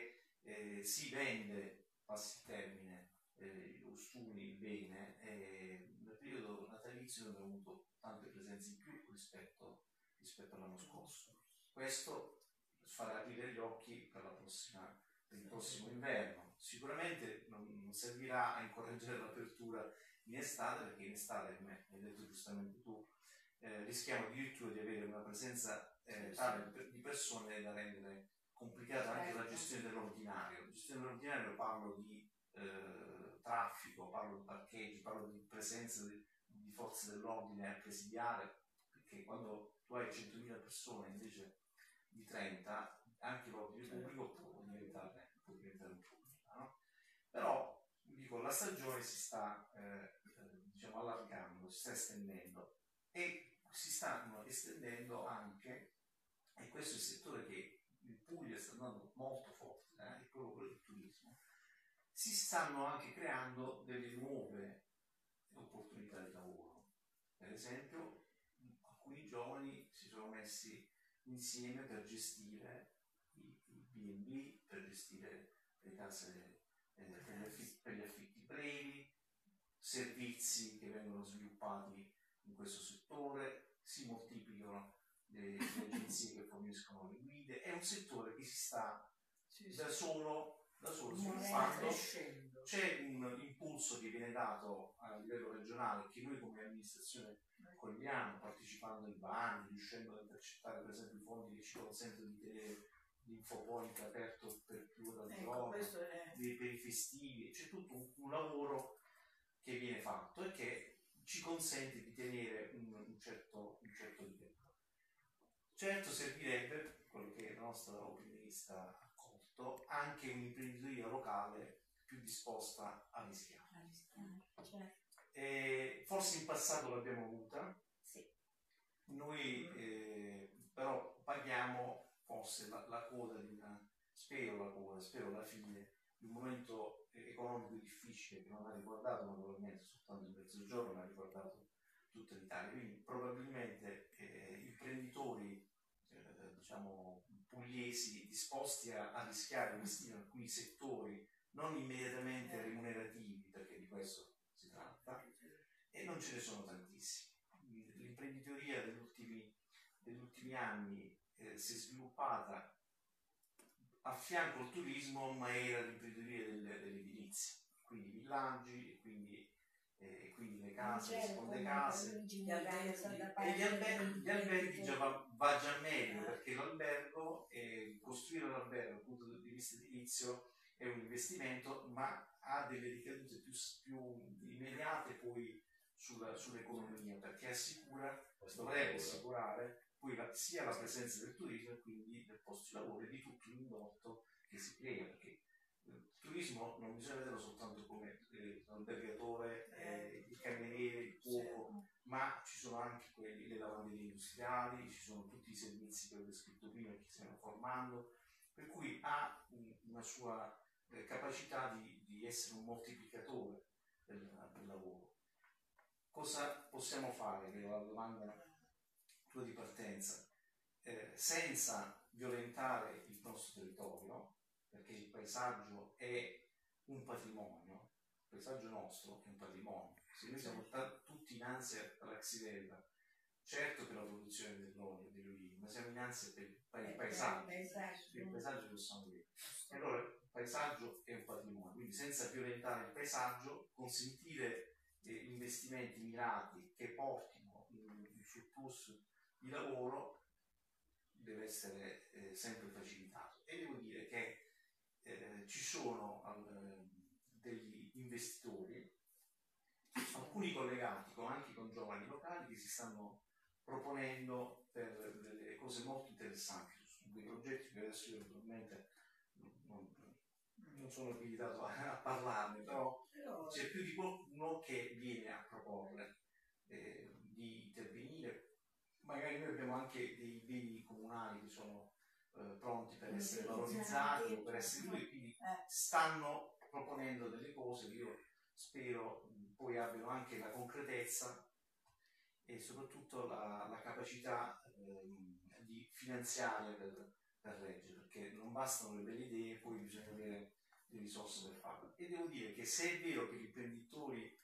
eh, si vende, passi il termine, eh, ostuni il bene, e nel periodo natalizio abbiamo avuto tante presenze in più rispetto, rispetto all'anno scorso. Questo farà aprire gli occhi per, la prossima, per il prossimo inverno. Sicuramente non, non servirà a incoraggiare l'apertura in estate, perché in estate, come hai detto giustamente tu, eh, rischiamo addirittura di avere una presenza eh, tale di persone da rendere complicata anche la gestione dell'ordinario. La gestione dell'ordinario, parlo di eh, traffico, parlo di parcheggi, parlo di presenza di, di forze dell'ordine a presidiare, perché quando tu hai centomila persone invece di trenta, anche l'ordine pubblico può diventare, può diventare un problema, no? Però dico, la stagione si sta eh, diciamo allargando, si sta estendendo, e si stanno estendendo anche, e questo è il settore che in Puglia sta andando molto forte, eh, è proprio quello del turismo. Si stanno anche creando delle nuove opportunità di lavoro. Per esempio, alcuni giovani si sono messi insieme per gestire i, i B and B, per gestire le case eh, per, gli affitti, per gli affitti brevi, servizi che vengono sviluppati in questo settore, si moltiplicano le, le agenzie che forniscono le guide. È un settore che si sta da solo, da solo sviluppando. C'è un impulso che viene dato a livello regionale, che noi come amministrazione cogliamo, partecipando ai bandi, riuscendo ad intercettare per esempio i fondi che ci consentono di tenere l'infopoint aperto per più ore al giorno, ecco, è... per i festivi. C'è tutto un, un lavoro che viene fatto e che ci consente di tenere un, un, certo, un certo livello. Certo servirebbe, quello che la nostra opinionista ha accolto, anche un'imprenditoria locale più disposta a rischiare. A rischiare, certo. E forse in passato l'abbiamo avuta, sì. Noi eh, però paghiamo forse la, la coda di una, spero la coda, spero la fine di un momento economico difficile che non ha riguardato naturalmente soltanto il Mezzogiorno, ma ha riguardato tutta l'Italia. Quindi probabilmente eh, imprenditori eh, diciamo pugliesi disposti a, a rischiare, investire in alcuni settori non immediatamente remunerativi, perché di questo si tratta, e non ce ne sono tantissimi. L'imprenditoria degli ultimi, degli ultimi anni eh, si è sviluppata a fianco al turismo, ma era l'imprenditoria del, dell'edilizia, quindi villaggi, quindi, eh, quindi le case, le seconde case, gli alberghi. E gli alberghi, gli alberghi già va, va già meglio, perché l'albergo, eh, costruire l'albergo dal punto di vista edilizio è un investimento, ma ha delle ricadute più, più immediate poi sulla, sull'economia, perché assicura, dovrebbe assicurare poi la, sia la presenza del turismo e quindi del posto di lavoro e di tutto l'indotto che si crea, perché il turismo non bisogna vederlo soltanto come eh, l'albergatore, eh, il cameriere, il cuoco, ma ci sono anche quelli, le lavanderie industriali, ci sono tutti i servizi che ho descritto prima che stiamo formando, per cui ha un, una sua eh, capacità di, di essere un moltiplicatore del, del lavoro. Cosa possiamo fare, che è la domanda tua di partenza, eh, senza violentare il nostro territorio, perché il paesaggio è un patrimonio, il paesaggio nostro è un patrimonio. Se noi siamo t- tutti in ansia per la xylella, certo per la produzione dell'olio e dell'olivo, ma siamo in ansia per, per il paesaggio, per il paesaggio che possiamo vedere. E allora il paesaggio è un patrimonio, quindi senza violentare il paesaggio, consentire eh, investimenti mirati che portino un, un surplus di lavoro deve essere eh, sempre facilitato. E devo dire che eh, ci sono al, degli investitori, alcuni collegati con, anche con giovani locali, che si stanno proponendo per delle cose molto interessanti su dei progetti che adesso io naturalmente non, non sono abilitato a, a parlarne, però c'è più di qualcuno che viene a proporre eh, di intervenire. Magari noi abbiamo anche dei beni comunali che sono eh, pronti per essere valorizzati o per essere lui, quindi stanno proponendo delle cose che io spero poi abbiano anche la concretezza e soprattutto la, la capacità eh, di finanziaria per, per reggere, perché non bastano le belle idee, poi bisogna avere le risorse per farlo. E devo dire che se è vero che gli imprenditori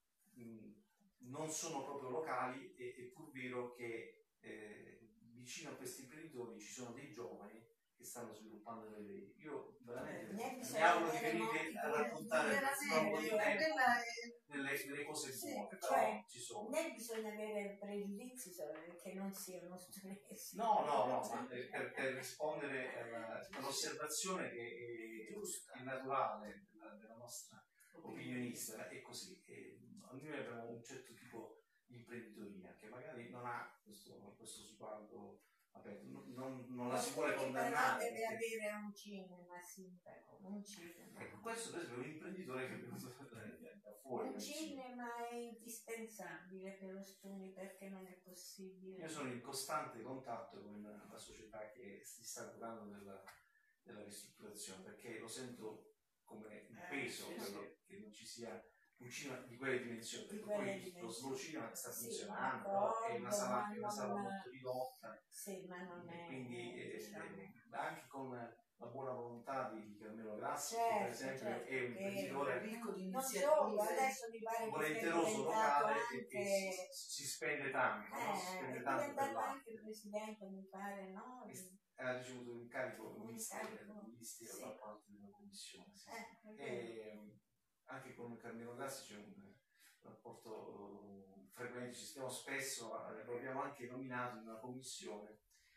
mh, non sono proprio locali, è, è pur vero che eh, vicino a questi imprenditori ci sono dei giovani che stanno sviluppando le idee. Io veramente Ne mi bisogna auguro di avere venire molti a raccontare Veramente, fra un po' di tempo quella è- delle, delle cose Sì, buone, però cioè, ci sono. né bisogna avere pregiudizi sobre che non siano studenti. No, no, no, ma per, per- per rispondere alla- all'osservazione che è, è naturale della, della nostra opinionista, è così. E noi abbiamo un certo tipo di imprenditoria che magari non ha questo, questo sguardo aperto, non, non- non la si vuole Però condannare. deve perché- avere un cinema, sindaco, un cinema. Ecco, questo per esempio è un imprenditore che è venuto da- da fuori. Un dal cinema. cinema è indispensabile per lo studio perché non è possibile. Io sono in costante contatto con la società che si sta curando della, della ristrutturazione, perché lo sento come un Eh, peso sì, quello sì. che non ci sia un cinema di quelle dimensioni, Di perché quelle poi lo dimensioni. slow cinema sta Sì, funzionando, d'accordo, però è una sala, è una ma sala non- molto ridotta, Sì, ma non e è... quindi eh, diciamo, eh, anche con la buona volontà di, di Carmelo Grassi, certo, che per esempio certo, è un che- imprenditore ricco di non solo, iniziative. adesso mi pare che sia volenteroso diventato locale e, anche... e si, si spende tanto, no? Si Eh, spende è tanto per diventato l'arte. anche presidente, mi pare, no? E s- ha ricevuto un incarico Un ministeriale incarico, sì, sì. da parte della commissione. Sì, Eh, sì. è vero. E um, anche con Carmelo Grassi c'è un, un rapporto uh, frequente, ci stiamo spesso, eh, lo abbiamo anche nominato in una commissione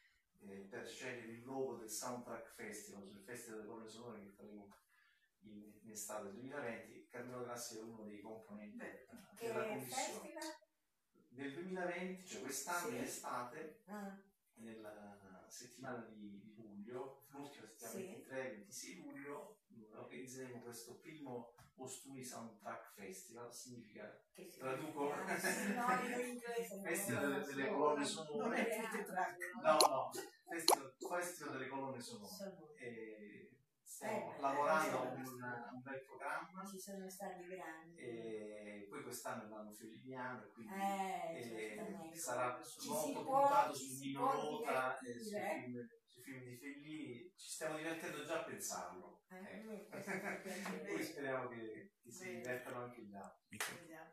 eh, per scegliere il logo del Soundtrack Festival, cioè il Festival delle colonne sonore che faremo in, in estate duemilaventi. Carmelo Grassi è uno dei componenti Beh, Che della commissione. festival? Nel duemilaventi, cioè quest'anno Sì. in estate, Ah, nella settimana di, di luglio, l'ultima settimana Sì. ventitré ventisei luglio, organizzeremo questo primo Ostuni Soundtrack Festival, significa, che si traduco, Ah, sì, no, io in inglese non Festival lo delle, so. delle colonne Non sonore, è tutto track. no, no, Festival, Festival delle colonne sonore. Sono- E stiamo Eh, lavorando a eh, un, a un bel programma, Ci sono stati grandi. e poi quest'anno è l'anno fiordiano, e quindi Eh, e certamente. sarà Ci molto si può- puntato ci su si Nino può Rota e sui divertire. film, sui film di Fellini. Ci stiamo divertendo già a pensarlo. Eh, Ecco. a me questo mi piace. Poi speriamo che, che si Bene. divertano anche gli altri. Vediamo.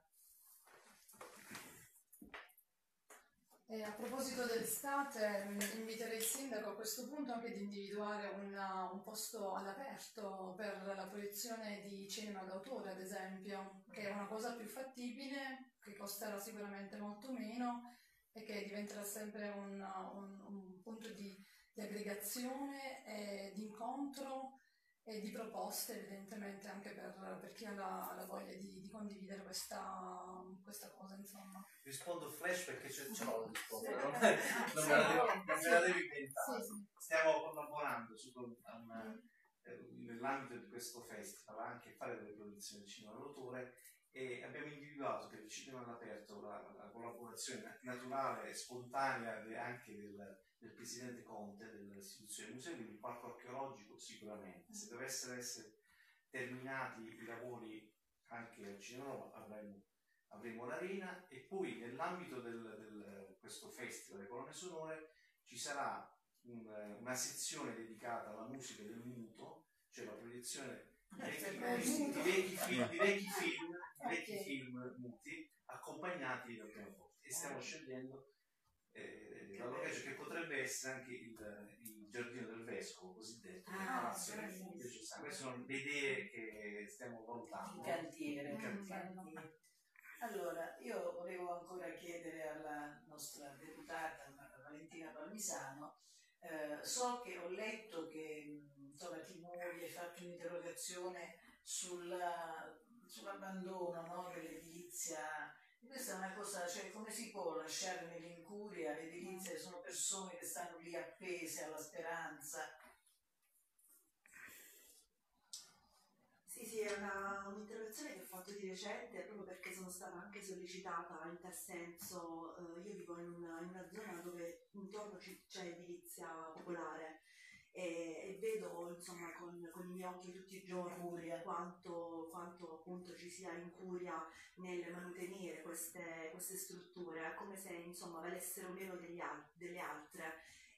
E a proposito dell'estate, mh, inviterei il sindaco a questo punto anche di individuare una- un posto all'aperto per la proiezione di cinema d'autore, ad esempio, che è una cosa più fattibile, che costerà sicuramente molto meno e che diventerà sempre un, un- un punto di, di aggregazione e di incontro e di proposte, evidentemente, anche per, per chi ha la, la voglia di, di condividere questa, questa cosa, insomma. Rispondo flash perché ce, ce l'ho la risposta, Sì. non, non me la devi, non me la devi inventare. Sì, sì. Stiamo collaborando su con- un- Mm. eh, nell'ambito di questo festival anche a fare delle produzioni di cinema d'autore, e abbiamo individuato per il cinema all'aperto la, la collaborazione naturale e spontanea de- anche del, del presidente Conte dell'istituzione museo, quindi il parco archeologico sicuramente. Se dovessero essere terminati i lavori anche al Cinema Nova avremo, avremo l'arena, e poi nell'ambito del, del questo festival delle colonne sonore ci sarà un- una sezione dedicata alla musica del muto, cioè la proiezione di vecchi, di vecchi film, di vecchi film, di vecchi Ok. film muti accompagnati da pianoforte, e stiamo scegliendo eh, la location che potrebbe essere anche il, il giardino del vescovo cosiddetto, Ah, nel palazzo sì, del sì, Fuoco. sì. Queste sono le idee che stiamo In valutando. cantiere. In Mm, cantiere. bello. Allora, io volevo ancora chiedere alla nostra deputata Valentina Palmisano, eh, so che ho letto che mh, insomma, Timori hai fatto un'interrogazione sulla- sull'abbandono, no, dell'edilizia. Questa è una cosa, cioè come si può lasciare nell'incuria l'edilizia? Sono persone che stanno lì appese alla speranza. Sì, sì, è una, un'interrogazione che ho fatto di recente proprio perché sono stata anche sollecitata in tal senso. Eh, io vivo in una, in una zona dove intorno ci- c'è edilizia popolare e, e vedo insomma con, con i miei occhi tutti i giorni Incuria. quanto, quanto appunto ci sia incuria nel mantenere queste, queste strutture, come se insomma valessero meno degli al- delle altre.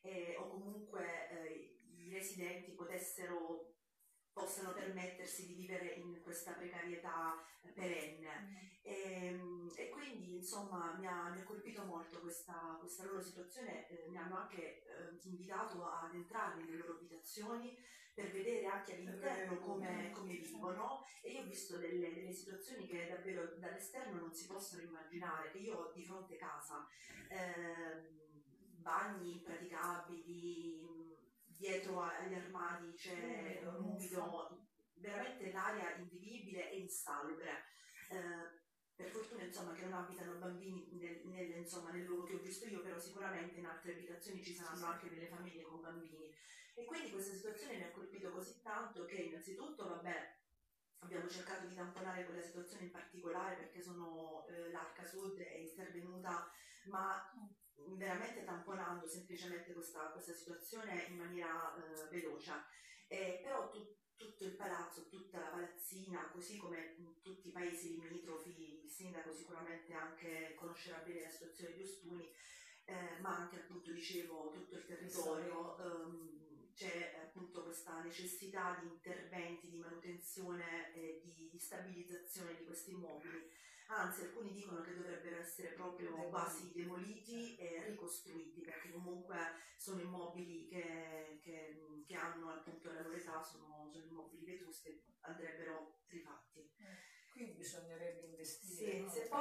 eh, o comunque eh, i residenti potessero possano permettersi di vivere in questa precarietà perenne. E, e quindi insomma mi ha, mi ha colpito molto questa, questa loro situazione, eh, mi hanno anche eh, invitato ad entrare nelle loro abitazioni per vedere anche all'interno come, come vivono, e io ho visto delle, delle situazioni che davvero dall'esterno non si possono immaginare, che io ho di fronte casa, eh, bagni impraticabili, dietro agli armadi c'è un umido, veramente l'aria invivibile e insalubre. Eh, per fortuna insomma che non abitano bambini nel, nel, insomma, nel luogo che ho visto io, però sicuramente in altre abitazioni ci saranno anche delle famiglie con bambini, e quindi questa situazione mi ha colpito così tanto che innanzitutto vabbè abbiamo cercato di tamponare quella situazione in particolare perché sono eh, l'Arca Sud è intervenuta, ma veramente tamponando semplicemente questa, questa situazione in maniera eh, veloce, eh, però tu, tutto il palazzo, tutta la palazzina, così come in tutti i paesi limitrofi, il sindaco sicuramente anche conoscerà bene la situazione di Ostuni, eh, ma anche appunto dicevo tutto il territorio, ehm, c'è appunto questa necessità di interventi di manutenzione e di, di stabilizzazione di questi immobili. Anzi, alcuni dicono che dovrebbero essere proprio quasi demoliti e ricostruiti, perché comunque sono immobili che, che, che hanno appunto la loro età, sono, sono immobili vetusti e andrebbero rifatti. Quindi bisognerebbe investire. Sì, no? se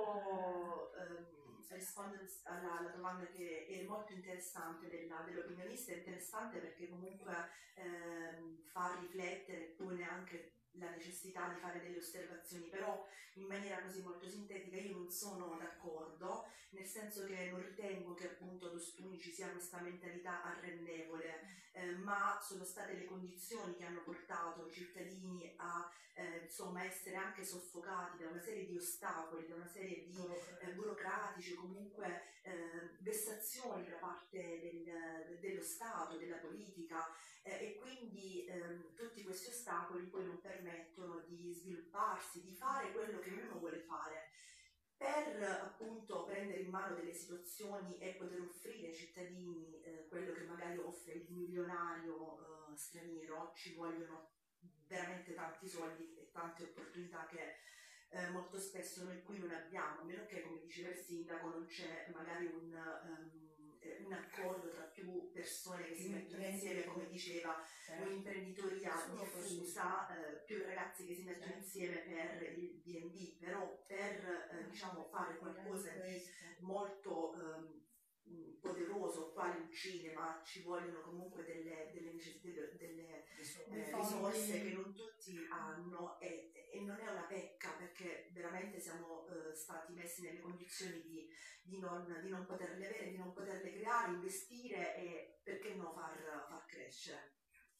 posso ehm, rispondere alla, alla domanda che è molto interessante della, dell'opinionista, è interessante perché comunque ehm, fa riflettere e pone anche la necessità di fare delle osservazioni, però in maniera così molto sintetica io non sono d'accordo, nel senso che non ritengo che appunto ad Ostuni ci sia questa mentalità arrendevole, eh, ma sono state le condizioni che hanno portato i cittadini a eh, insomma essere anche soffocati da una serie di ostacoli, da una serie di eh, burocratici, comunque eh, vessazioni da parte del, dello Stato, della politica, eh, e quindi eh, tutti questi ostacoli poi non permettono di svilupparsi, di fare quello che uno vuole fare. Per appunto prendere in mano delle situazioni e poter offrire ai cittadini eh, quello che magari offre il milionario eh, straniero, ci vogliono veramente tanti soldi e tante opportunità che eh, molto spesso noi qui non abbiamo, a meno che, come diceva il sindaco, non c'è magari un, um, un accordo tra più persone che si mettono insieme, come diceva, un'imprenditoria diffusa, eh, più ragazzi che si mettono insieme per il B and B, però per eh, diciamo fare qualcosa di molto um, poderoso quale un cinema ci vogliono comunque delle, delle, delle, delle eh, risorse che non tutti hanno, e, e non è una pecca perché veramente siamo eh, stati messi nelle condizioni di, di, non, di non poterle avere, di non poterle creare, investire e perché no far, far crescere.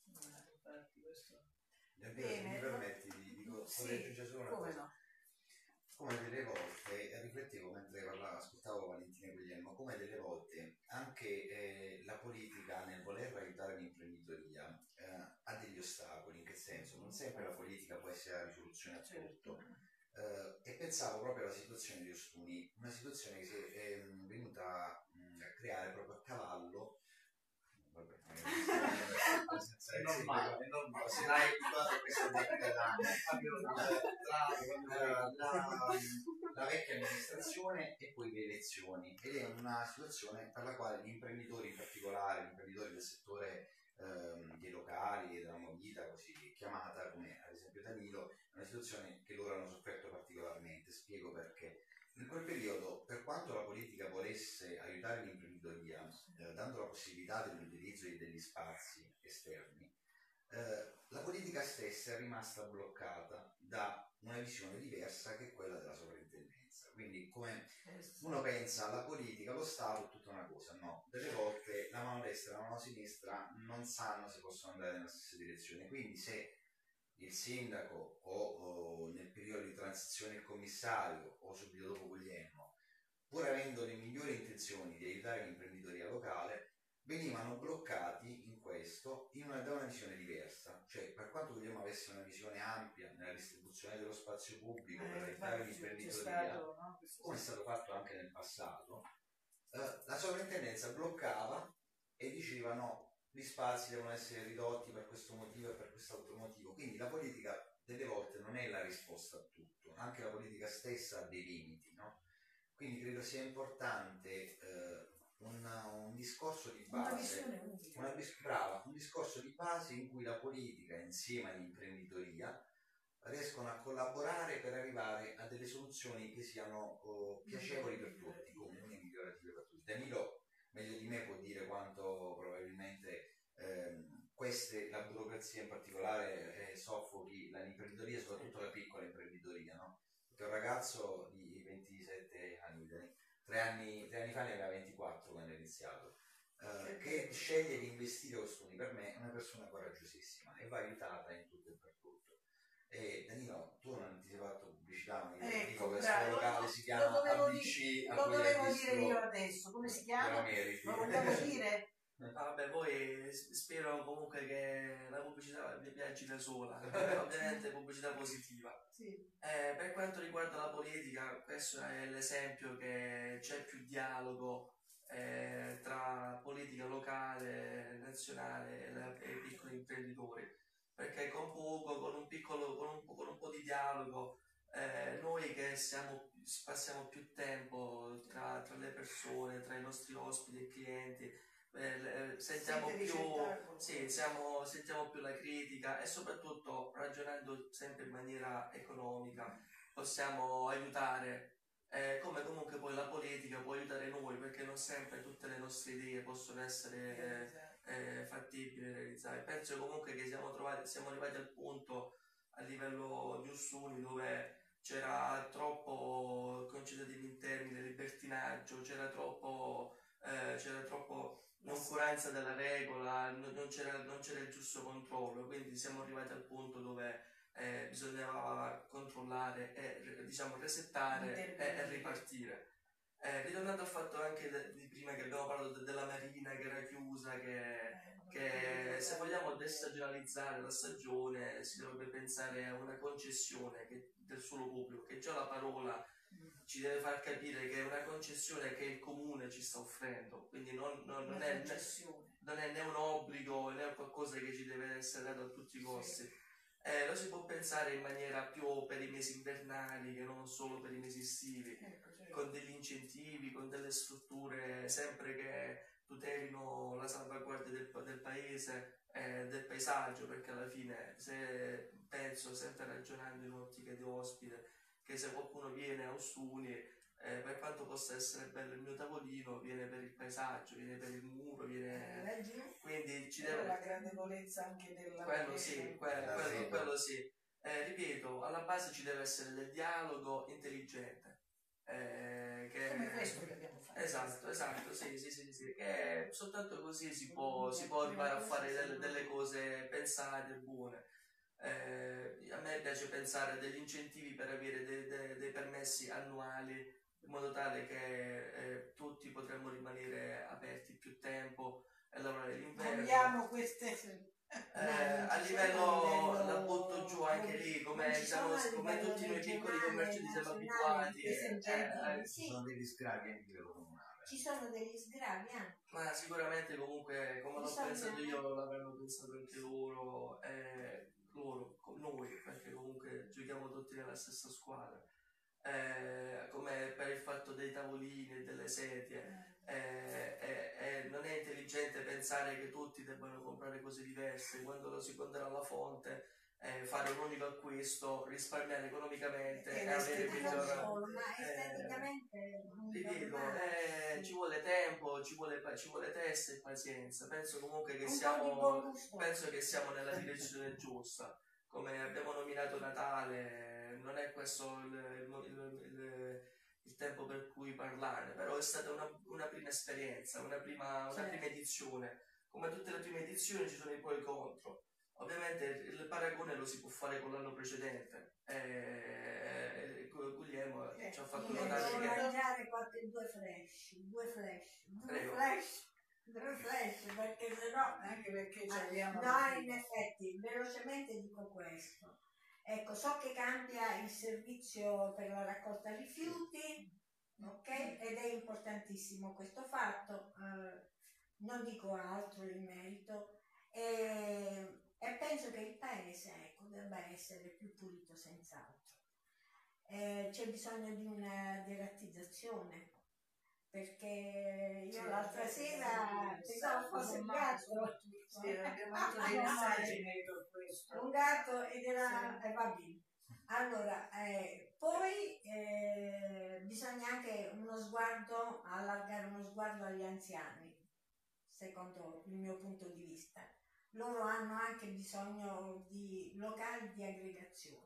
Bene, mi permetti di dico, sì, vorrei aggiungere solo una come cosa. no? Come delle volte, riflettevo mentre parlavo, ascoltavo Valentina Guglielmo, come delle volte anche eh, la politica nel voler aiutare l'imprenditoria eh, ha degli ostacoli, in che senso? Non sempre la politica può essere la risoluzione a tutto. Eh, e pensavo proprio alla situazione di Ostuni, una situazione che si è eh, venuta mh, a creare proprio a cavallo. Vabbè, senza è normale, è normale, si dà abituato a questa la, la vecchia amministrazione e poi le elezioni, ed è una situazione per la quale gli imprenditori, in particolare gli imprenditori del settore ehm, dei locali e della movida così chiamata, come ad esempio Danilo, è una situazione che loro hanno sofferto particolarmente. Spiego perché. In quel periodo, per quanto la politica volesse aiutare l'imprenditoria, eh, dando la possibilità dell'utilizzo di degli spazi esterni, eh, la politica stessa è rimasta bloccata da una visione diversa che è quella della sovrintendenza. Quindi, come uno pensa alla politica, lo Stato è tutta una cosa, no, delle volte la mano destra e la mano sinistra non sanno se possono andare nella stessa direzione. Quindi se il sindaco o, o nel periodo di transizione il commissario o subito dopo Guglielmo, pur avendo le migliori intenzioni di aiutare l'imprenditoria locale, venivano bloccati in questo in una, da una visione diversa. Cioè, per quanto Guglielmo avesse una visione ampia nella distribuzione dello spazio pubblico per aiutare l'imprenditoria, come è stato fatto anche nel passato, eh, la sovrintendenza bloccava e diceva no, gli spazi devono essere ridotti per questo motivo e per quest'altro motivo. Quindi la politica delle volte non è la risposta a tutto, anche la politica stessa ha dei limiti, no? Quindi credo sia importante eh, un, un discorso di base, una, brava, un discorso di base in cui la politica insieme all'imprenditoria riescono a collaborare per arrivare a delle soluzioni che siano oh, piacevoli per tutti, comuni e migliorative per tutti. Danilo meglio di me può dire quanto probabilmente ehm, queste, la burocrazia in particolare eh, soffochi l'imprenditoria, soprattutto la piccola imprenditoria, no? Perché un ragazzo di ventisette anni, tre anni, tre anni fa ne aveva ventiquattro quando è iniziato, eh, che sceglie di investire costumi, per me è una persona coraggiosissima e va aiutata in tutto e per tutto. E Danilo, tu non ti sei fatto pubblicità, ma io Ecco, dico questo bravo, locale lo- si lo chiama dovevo A B C, di- a lo cui hai dovevo visto- dire io adesso, come si chiama? te lo meriti. Lo vogliamo dire? Ah, vabbè, poi s- spero comunque che la pubblicità vi viaggi da sola, ovviamente pubblicità positiva. Sì. Eh, per quanto riguarda la politica, questo è l'esempio che c'è più dialogo eh, tra politica locale, nazionale e, la- e i piccoli imprenditori, perché con poco, con un piccolo, con un, po- con un po' di dialogo, eh, noi che siamo, passiamo più tempo tra, tra le persone, tra i nostri ospiti e clienti, eh, eh, sentiamo Siete più, ricettacolo. sì, siamo, sentiamo più la critica e soprattutto ragionando sempre in maniera economica possiamo aiutare, eh, come comunque poi la politica può aiutare noi, perché non sempre tutte le nostre idee possono essere eh, fattibili, realizzate. Penso comunque che siamo, trovati, siamo arrivati al punto a livello di Ussuni dove c'era troppo, concedetemi in termine, libertinaggio, c'era troppo, eh, c'era troppo noncuranza della regola, non, non, c'era, non c'era il giusto controllo, quindi siamo arrivati al punto dove eh, bisognava controllare e diciamo resettare e, e ripartire. Eh, ritornando al fatto anche de, di prima che abbiamo parlato de, della marina che era chiusa, che, che se vogliamo destagionalizzare la stagione si dovrebbe pensare a una concessione che, del suolo pubblico, che già la parola ci deve far capire che è una concessione che il comune ci sta offrendo, quindi non, non, non, è, non è né un obbligo né qualcosa che ci deve essere dato a tutti i costi. Sì. Eh, lo si può pensare in maniera più per i mesi invernali che non solo per i mesi estivi, ecco, certo. Con degli incentivi, con delle strutture sempre che tutelino la salvaguardia del, del paese e eh, del paesaggio, perché alla fine se penso sempre ragionando in ottica di ospite che se qualcuno viene a Ostuni, eh, per quanto possa essere bello il mio tavolino, viene per il paesaggio, viene per il muro, viene... Eh, quindi ci deve... deve... la gradevolezza anche della... Quello sì, quello, quello, quello sì. Eh, ripeto, alla base ci deve essere del dialogo intelligente. Eh, che... Come questo che abbiamo fatto. Esatto, esatto, sì, sì, sì, sì. Che soltanto così si può, si può arrivare a fare delle, delle cose pensate, buone. Eh, a me piace pensare a degli incentivi per avere dei, dei, dei permessi annuali in modo tale che eh, tutti potremmo rimanere aperti più tempo e lavorare l'inverno. Vogliamo queste... Eh, a livello la butto giù anche lì come, diciamo, come tutti noi piccoli commercianti siamo abituati eh, eh, ci sono degli sgravi anche a livello comunale, ci sono degli sgravi anche, ma sicuramente comunque come l'ho pensato io l'avranno pensato anche loro eh, loro, noi, perché comunque giochiamo tutti nella stessa squadra, eh, come per il fatto dei tavolini e delle sedie, eh, eh, eh, non è intelligente pensare che tutti debbano comprare cose diverse, quando lo si conterà alla fonte, eh, fare un unico acquisto, risparmiare economicamente e, e avere miglior... ma esteticamente eh, ripeto, eh, sì. Ci vuole tempo, ci vuole, ci vuole testa e pazienza, penso comunque che un siamo penso che siamo nella direzione giusta, come abbiamo nominato Natale, non è questo il, il, il, il, il tempo per cui parlare, però è stata una, una prima esperienza, una prima, una prima edizione, come tutte le prime edizioni ci sono i pro e i contro. Ovviamente il paragone lo si può fare con l'anno precedente. Eh, Guglielmo eh, ci ha fatto notare devo che... mangiare qualche due flash, due flash, due Prego. flash, due flash, perché sennò... Anche perché ci ah, abbiamo... no, in effetti, velocemente dico questo. Ecco, so che cambia il servizio per la raccolta rifiuti, ok? Ed è importantissimo questo fatto. Eh, non dico altro in merito, e, e penso che il paese, ecco, debba essere più pulito senz'altro. Eh, c'è bisogno di una derattizzazione, perché io Sì, l'altra sì, sera sì, pensavo sì, fosse sì, un gatto. Sì, abbiamo avuto dei messaggi per questo. Un gatto ed era... Sì. eh, va bene. Allora, eh, poi eh, bisogna anche uno sguardo, allargare uno sguardo agli anziani, secondo il mio punto di vista. Loro hanno anche bisogno di locali di aggregazione.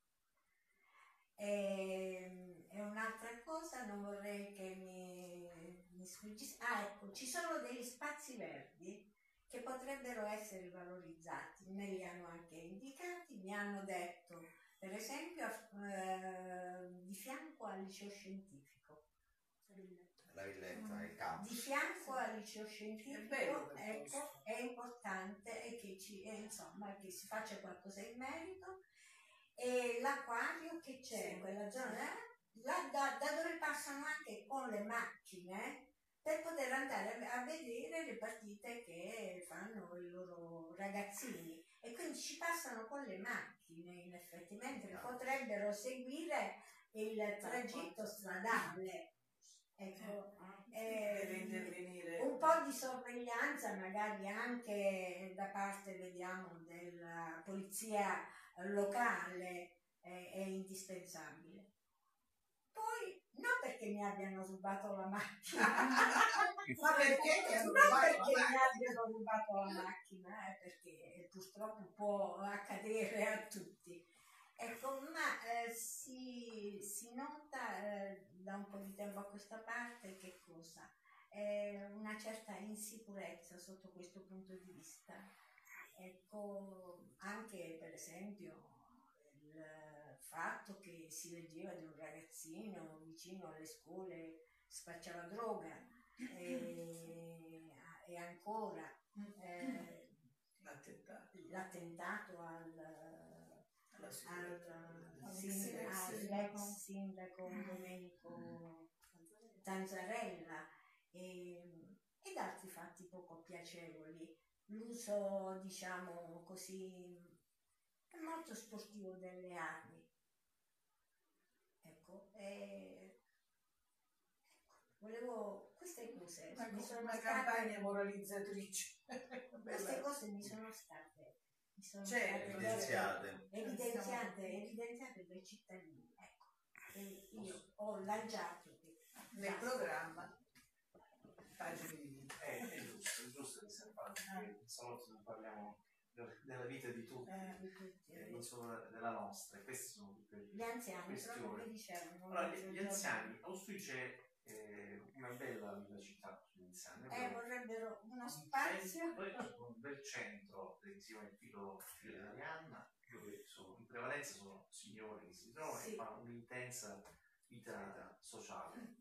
E, e un'altra cosa, non vorrei che mi, mi sfuggisse. Ah, ecco, ci sono degli spazi verdi che potrebbero essere valorizzati, me li hanno anche indicati, mi hanno detto, per esempio, eh, di fianco al liceo scientifico. La villetta, il campus. Di fianco al liceo È scientifico, bello quel ecco, posto. è importante e che, ci, eh, insomma, che si faccia qualcosa in merito. E l'acquario che c'è in quella zona, là, da, da dove passano anche con le macchine, per poter andare a, a vedere le partite che fanno i loro ragazzini, e quindi ci passano con le macchine in effetti, mentre potrebbero seguire il tragitto stradale. Ecco, Deve eh, intervenire. un po' di sorveglianza magari anche da parte, vediamo, della polizia locale eh, è indispensabile. Poi, non perché mi abbiano rubato la macchina, Ma perché ti hanno non rubato la perché mi macchina? abbiano rubato la macchina, eh, perché purtroppo può accadere a tutti. Ecco, ma eh, si, si nota eh, da un po' di tempo a questa parte che cosa? Eh, una certa insicurezza sotto questo punto di vista. Ecco, anche per esempio il fatto che si leggeva di un ragazzino vicino alle scuole spacciava droga, e, e ancora eh, L'attentato. l'attentato al Alla al, sicurezza. sin- all'ex sindaco Domenico Tanzarella e, ed altri fatti poco piacevoli. L'uso, diciamo così, molto sportivo delle armi. Ecco, e, ecco, volevo queste cose Una, mi sono una state, campagna moralizzatrice. queste cose mi sono state mi sono Certo, state evidenziate. evidenziate, evidenziate dai cittadini, ecco. E io ho lanciato Nel programma pagine di vita. È, è giusto, è giusto che sia fatto, perché stavolta non parliamo del- della vita di tutti, eh, di tutti. eh, non solo della nostra, e queste sono tutte Gli anziani questioni. proprio che dicevano. Allora, gli, gli anziani, Auspice è eh, una bella vivacità sugli anziani. Eh, Allora, vorrebbero uno un spazio. centro- poi c'è un bel centro che si chiama il filo, filo dell'Arianna, dove sono, in prevalenza sono signori che si trovano Sì. e fanno un'intensa vita sociale.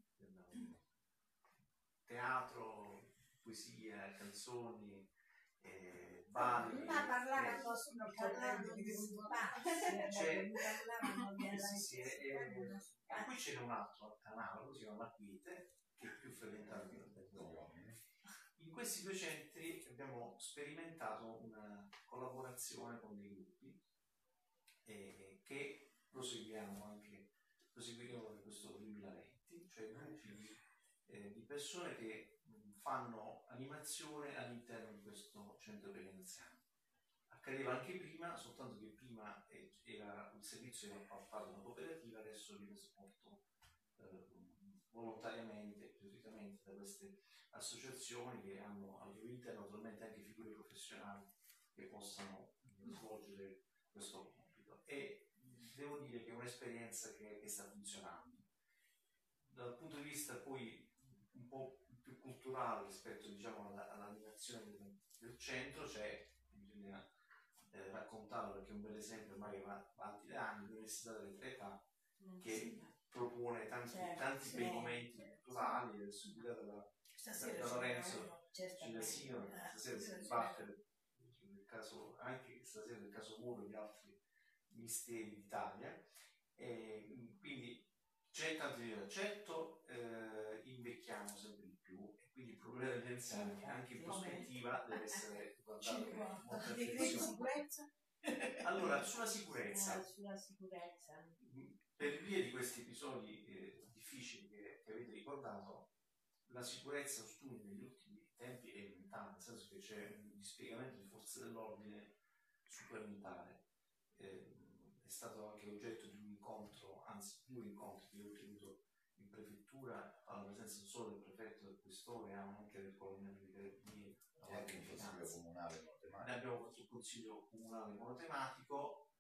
Teatro, poesia, canzoni, eh, balli. Ma parlavano, eh, parlavano di spazio, C'è- parlavano della sì, sì, necessità eh, di uno e spazio. poi c'è un altro analogo, si chiama La Quiete, che è più frequentato dagli uomini. In questi due centri abbiamo sperimentato una collaborazione con dei gruppi eh, che proseguiamo anche, proseguiremo per questo duemilaventi, cioè gruppi di, eh, di persone che mh, fanno animazione all'interno di questo centro per gli anziani. Accadeva anche prima, soltanto che prima eh, era, il servizio era appaltato da una cooperativa, adesso viene svolto eh, volontariamente, gratuitamente da queste associazioni che hanno al loro interno naturalmente anche figure professionali che possano eh, svolgere questo compito. E devo dire che è un'esperienza che, che sta funzionando. Dal punto di vista poi un po' più culturale rispetto, diciamo, alla, all'animazione del, del centro, c'è, bisogna eh, raccontarlo perché è un bel esempio, ormai va avanti da anni, l'Università delle Tre Età, che propone tanti, Certo, tanti sì. bei momenti culturali, adesso guidata da, Stasera da c'è Lorenzo Certamente. Cilesino, che Eh, stasera si sì, batte nel caso, anche stasera nel caso Muro e gli altri misteri d'Italia. E quindi c'è tanto di certo, eh, invecchiamo sempre di più e quindi il problema problema degli anziani, anche in prospettiva deve essere guardato con molta attenzione. Allora, sulla sicurezza, Eh, sulla sicurezza. per via di questi episodi eh, difficili che, che avete ricordato, la sicurezza Ostuni negli ultimi tempi è aumentata, nel senso che c'è un dispiegamento di forze dell'ordine supplementare. Eh, è stato anche oggetto di un incontro, anzi due incontri che ho tenuto in prefettura, alla presenza non solo del prefetto, del questore, ma anche del colonnello di Carabinieri. E anche il consiglio comunale monotematico. Ne abbiamo fatto il consiglio comunale monotematico.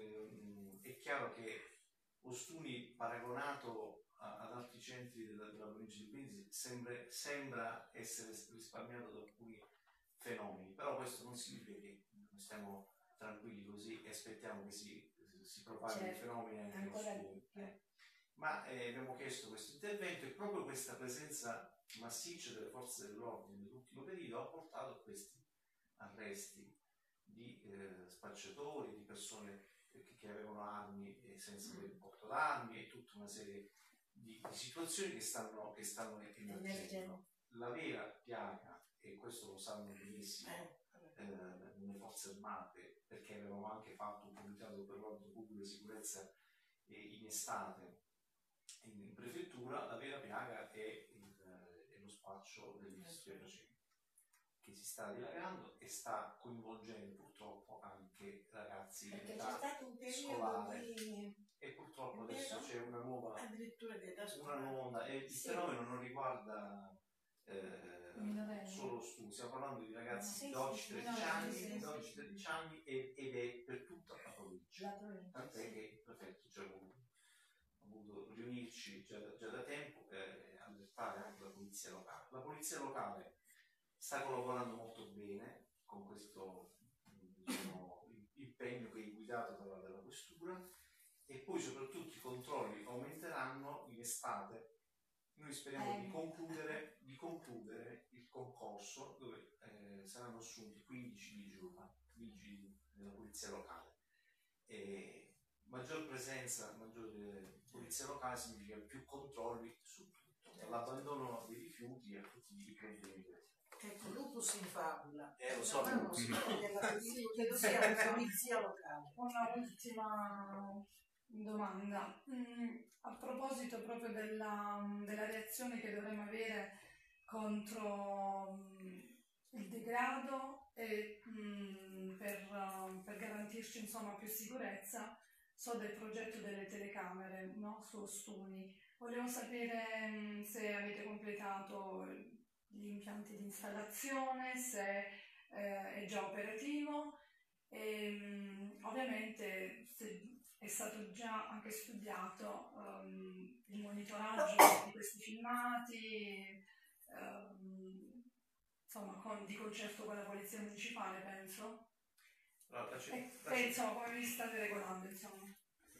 Eh, è chiaro che Ostuni paragonato a, ad altri centri della, della provincia di Brindisi sembra, sembra essere risparmiato da alcuni fenomeni, però questo non significa che stiamo tranquilli così e aspettiamo che si, si propaghino certo, i fenomeni anche in Ostuni. Eh. Ma eh, abbiamo chiesto questo intervento e proprio questa presenza massiccia delle forze dell'ordine nell'ultimo periodo ha portato a questi arresti di eh, spacciatori, di persone che, che avevano armi e senza avere il porto d'armi e tutta una serie di, di situazioni che stanno, che stanno emergendo. La vera piaga, e questo lo sanno benissimo eh, le forze armate, perché avevamo anche fatto un comitato per l'ordine pubblico e sicurezza eh, in estate in, in prefettura, la vera piaga è, il, è lo spaccio degli stupefacenti, che si sta dilagando e sta coinvolgendo purtroppo anche ragazzi perché in c'è età stato un periodo scolare di... e purtroppo È adesso vero? c'è una nuova Addirittura di età una scolare. nuova onda e il Sì. fenomeno non riguarda eh, Minorenni. solo studi, stiamo parlando di ragazzi Sì, di sì, dodici sì, tredici no, anni, sì, sì, dodici tredici anni e- ed è per tutta la provincia. La provincia, Tant'è sì. che il prefetto ci ha voluto, ha voluto riunirci già da, già da tempo e allertare anche la polizia locale. La polizia locale sta collaborando molto bene con questo diciamo, impegno che è guidato dalla, dalla questura e poi soprattutto i controlli aumenteranno in estate. Noi speriamo Eh. di, concludere, di concludere il concorso dove eh, saranno assunti quindici vigili della polizia locale. E maggior presenza, maggiore polizia locale significa più controlli su tutto, dall'abbandono dei rifiuti a tutti i problemi. Ecco, lupus in fabula. Eh, lo so, Ma non so, della credo sia la polizia locale. Una ultima domanda. Mm, a proposito proprio della, della reazione che dovremmo avere contro mm, il degrado e mm, per, uh, per garantirci insomma più sicurezza, so del progetto delle telecamere, no? Su Ostuni. Volevo sapere mm, se avete completato gli impianti di installazione, se eh, è già operativo e mm, ovviamente se è stato già anche studiato um, il monitoraggio di questi filmati, um, insomma con, di concerto con la polizia municipale, penso. Allora, la, E la, penso come vi state regolando, insomma.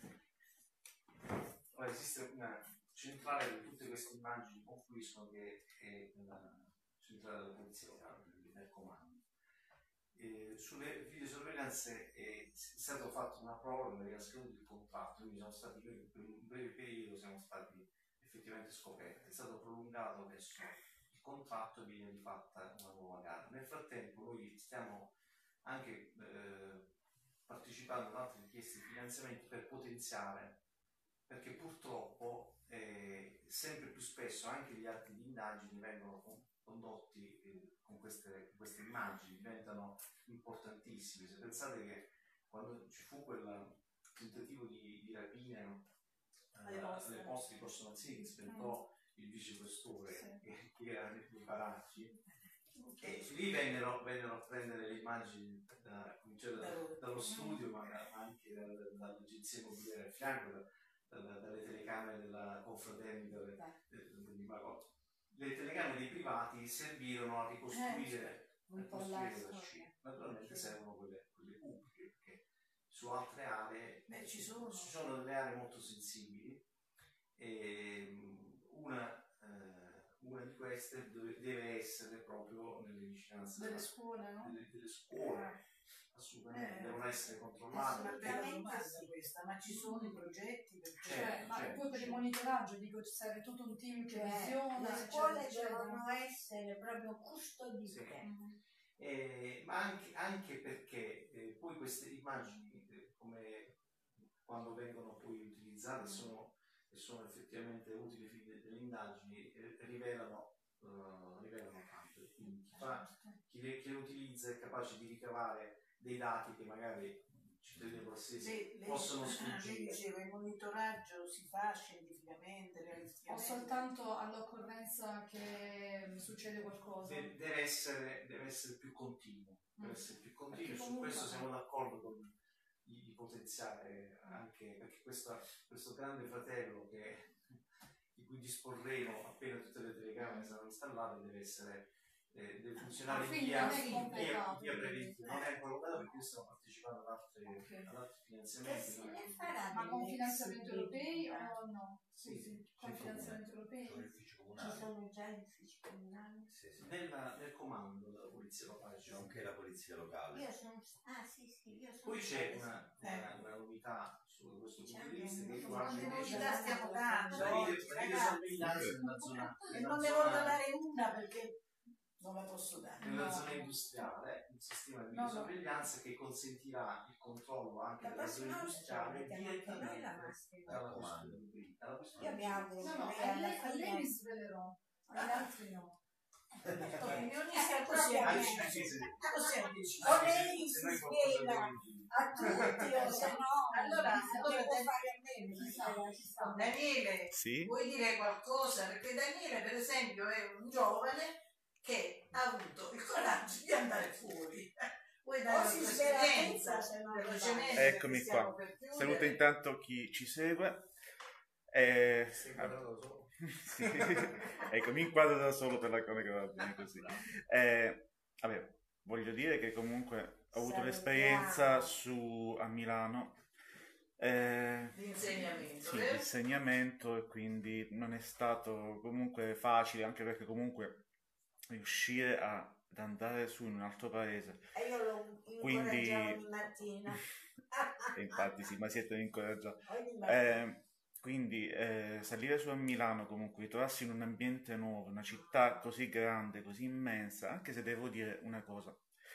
allora, esiste una centrale dove tutte queste immagini confluiscono che è la centrale della polizia locale, quindi nel comando. Eh, sulle videosorveglianze è stato fatto una proroga che ha scaduto il contratto, quindi siamo stati per un breve periodo siamo stati effettivamente scoperti, è stato prolungato adesso il contratto e viene rifatta una nuova gara. Nel frattempo noi stiamo anche eh, partecipando ad altre richieste di finanziamento per potenziare, perché purtroppo eh, sempre più spesso anche gli atti di indagine vengono condotti eh, con queste, queste immagini, diventano importantissime. Se pensate che quando ci fu quel tentativo di, di rapina eh, alle poste di Corso Mazzini che sventò mm. il vicequestore sì. che, che era nei paraggi, e lì vennero, vennero a prendere le immagini da, cioè da, dallo studio ma anche da, da, dall'agenzia immobiliare a fianco, da, da, dalle telecamere della confraternita di Magotto. Le telecamere dei privati servirono a ricostruire, eh, a ricostruire la scena. Naturalmente sì. servono quelle, quelle pubbliche, perché su altre aree Beh, ci, sono. ci sono delle aree molto sensibili e una, eh, una di queste deve, deve essere proprio nelle vicinanze delle scuole, no? delle, delle scuole. assolutamente, Eh, devono essere controllate. Una perché- bella assolutamente domanda sì. questa, ma ci sono i progetti? Perché... Cioè, Certo, ma certo, poi per il certo. monitoraggio dico ci serve tutto un team che Cioè, visiona, le eccetera, scuole eccetera. devono essere proprio custodite. Mhm. Eh, ma anche, anche perché eh, poi queste immagini, eh, come quando vengono poi utilizzate sono, e sono effettivamente utili ai fini de- delle indagini, eh, rivelano, eh, rivelano tanto. Quindi chi, fa, chi, le, chi le utilizza è capace di ricavare dei dati che magari i cittadini qualsiasi Le- le- possono ah, lei sfuggire. diceva, il monitoraggio si fa scientificamente, O realisticamente? soltanto all'occorrenza che succede qualcosa. De- deve, essere, deve essere più continuo, deve Mm. essere più continuo, Perché su comunque- questo siamo d'accordo con di, di potenziare anche, perché questa- questo grande fratello che, di cui disporremo appena tutte le telecamere saranno installate deve essere eh, deve funzionare Ah, in quindi via, non è in via, completato, via quindi. preventiva, non è ancora completato perché stiamo partecipando ad altri, Ok. ad altri Che finanziamenti. se non è ne completato. farà Ma con delle finanziamenti europei possibilità? o no? Sì, Scusi, con sì, finanziamenti Sono gli europei? uffici Ci comunali. sono già gli uffici comunali? Sì, sì. Nella- nel comando della polizia locale c'è un- Nonché la polizia locale. Io sono... Ah sì, sì, io sono... poi c'è stata- una, una, una novità su questo C'è punto di anche vista che un- riguarda Quante invece novità stiamo dando la oggi, video- la ragazzi? videosorveglianza nella zona, E nella non ne voglio zona, dare una perché non la posso dare. nella No. zona industriale, un sistema di No, no. videosorveglianza che consentirà il controllo anche La della zona prossima volta industriale mettiamo anche noi la direttamente maschera. dalla Comando. questura di- dalla questura Io di- mi auguro No, no, che a alla lei, a lei mi fine... svelerò, agli altri no. Opinionista così Eh, è Ah, deciso. sì, sì, sì. Così è deciso. O lei Se si noi qualcosa svela abbiamo in- a tutti o se no... Allora, allora devo te- fare a me, mi svela, ci sta. Daniele, Sì? vuoi dire qualcosa? Perché Daniele, per esempio, è un giovane che ha avuto il coraggio di andare fuori. Vuoi dare O la si tua svela esperienza? tutto, se no non velocemente, va. Eccomi perché stiamo qua. per chiudere. Saluto intanto chi ci segue. Eh, Stai guardando da solo? sì. Ecco, mi inquadro da solo per la cronaca, va bene così. Eh, vabbè, voglio dire che comunque ho avuto Salutiamo. l'esperienza su, a Milano eh, Di insegnamento, sì, di vero? insegnamento e quindi non è stato comunque facile, anche perché comunque riuscire a, ad andare su in un altro paese. E io lo Quindi- incoraggiavo ogni mattina. E infatti sì, ma siete incoraggiati. Ogni mattina. Eh, quindi eh, salire su a Milano comunque, ritrovarsi in un ambiente nuovo, una città così grande, così immensa, anche se devo dire una cosa,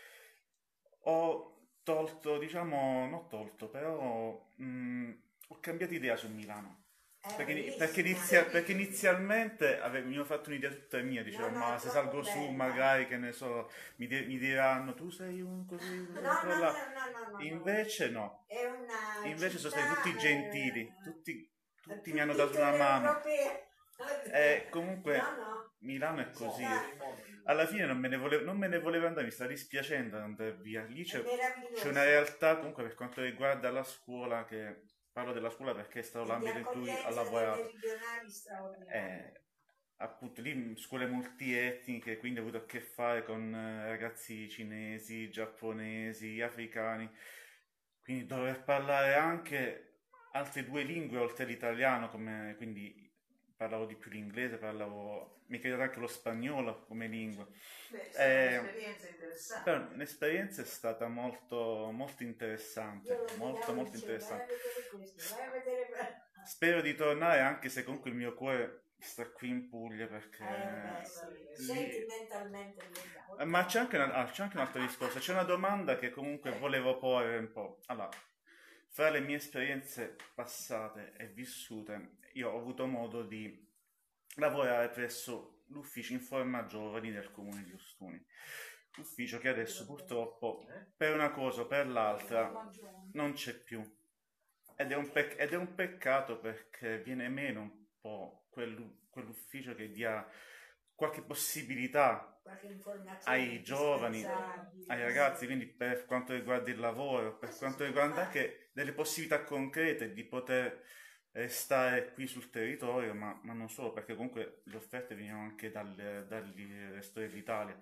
ho tolto, diciamo, non tolto, però mh, ho cambiato idea su Milano. È Perché, bellissima. perché inizia- perché inizialmente avevo, mi ho fatto un'idea tutta mia, dicevo, No, no, ma è se troppo salgo su bella. magari, che ne so, mi, di- mi diranno, tu sei un così, No, quello no, no, là. no, no, no. Invece no. È una Invece sono città, stati tutti gentili, eh, tutti, tutti tutti mi hanno dato una tutte mano. europee. E comunque No, no. Milano è così. Città. Alla fine non me ne volevo, non me ne volevo andare, mi sta dispiacendo andare via. Lì È c'è, meraviglioso. c'è una realtà comunque per quanto riguarda la scuola, che parlo della scuola perché è stato Di l'ambito in cui accoglienza ho delle lavorato. meridionali straordinarie. Eh, appunto lì scuole multietniche, quindi ho avuto a che fare con eh, ragazzi cinesi, giapponesi, africani, quindi dover parlare anche altre due lingue oltre l'italiano, come, quindi parlavo di più l'inglese, parlavo, mi è capitato anche lo spagnolo come lingua. Beh, è stata Eh, un'esperienza interessante. Però l'esperienza è stata molto, molto interessante, Io lo molto guidavo molto dicevo, interessante. vai a vedere questo, vai a vedere quello. Spero di tornare, anche se comunque il mio cuore sta qui in Puglia, perché... Eh, beh, sì, sentimentalmente legato. Ma c'è anche, una- ah, c'è anche un altro discorso, c'è una domanda che comunque volevo porre un po'. Allora, fra le mie esperienze passate e vissute, io ho avuto modo di lavorare presso l'ufficio Informa Giovani del comune di Ostuni, ufficio che adesso purtroppo per una cosa o per l'altra non c'è più. Ed è un, pec- ed è un peccato, perché viene meno un po' quell'u- quell'ufficio che dia qualche possibilità Qualche informazione ai giovani, indispensabile. ai ragazzi, quindi per quanto riguarda il lavoro, per quanto riguarda anche delle possibilità concrete di poter restare qui sul territorio, ma, ma non solo, perché comunque le offerte venivano anche dal, dal resto dell'Italia.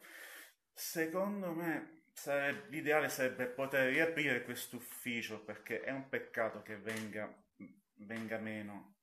Secondo me sarebbe, l'ideale sarebbe poter riaprire questo ufficio, perché è un peccato che venga, venga meno.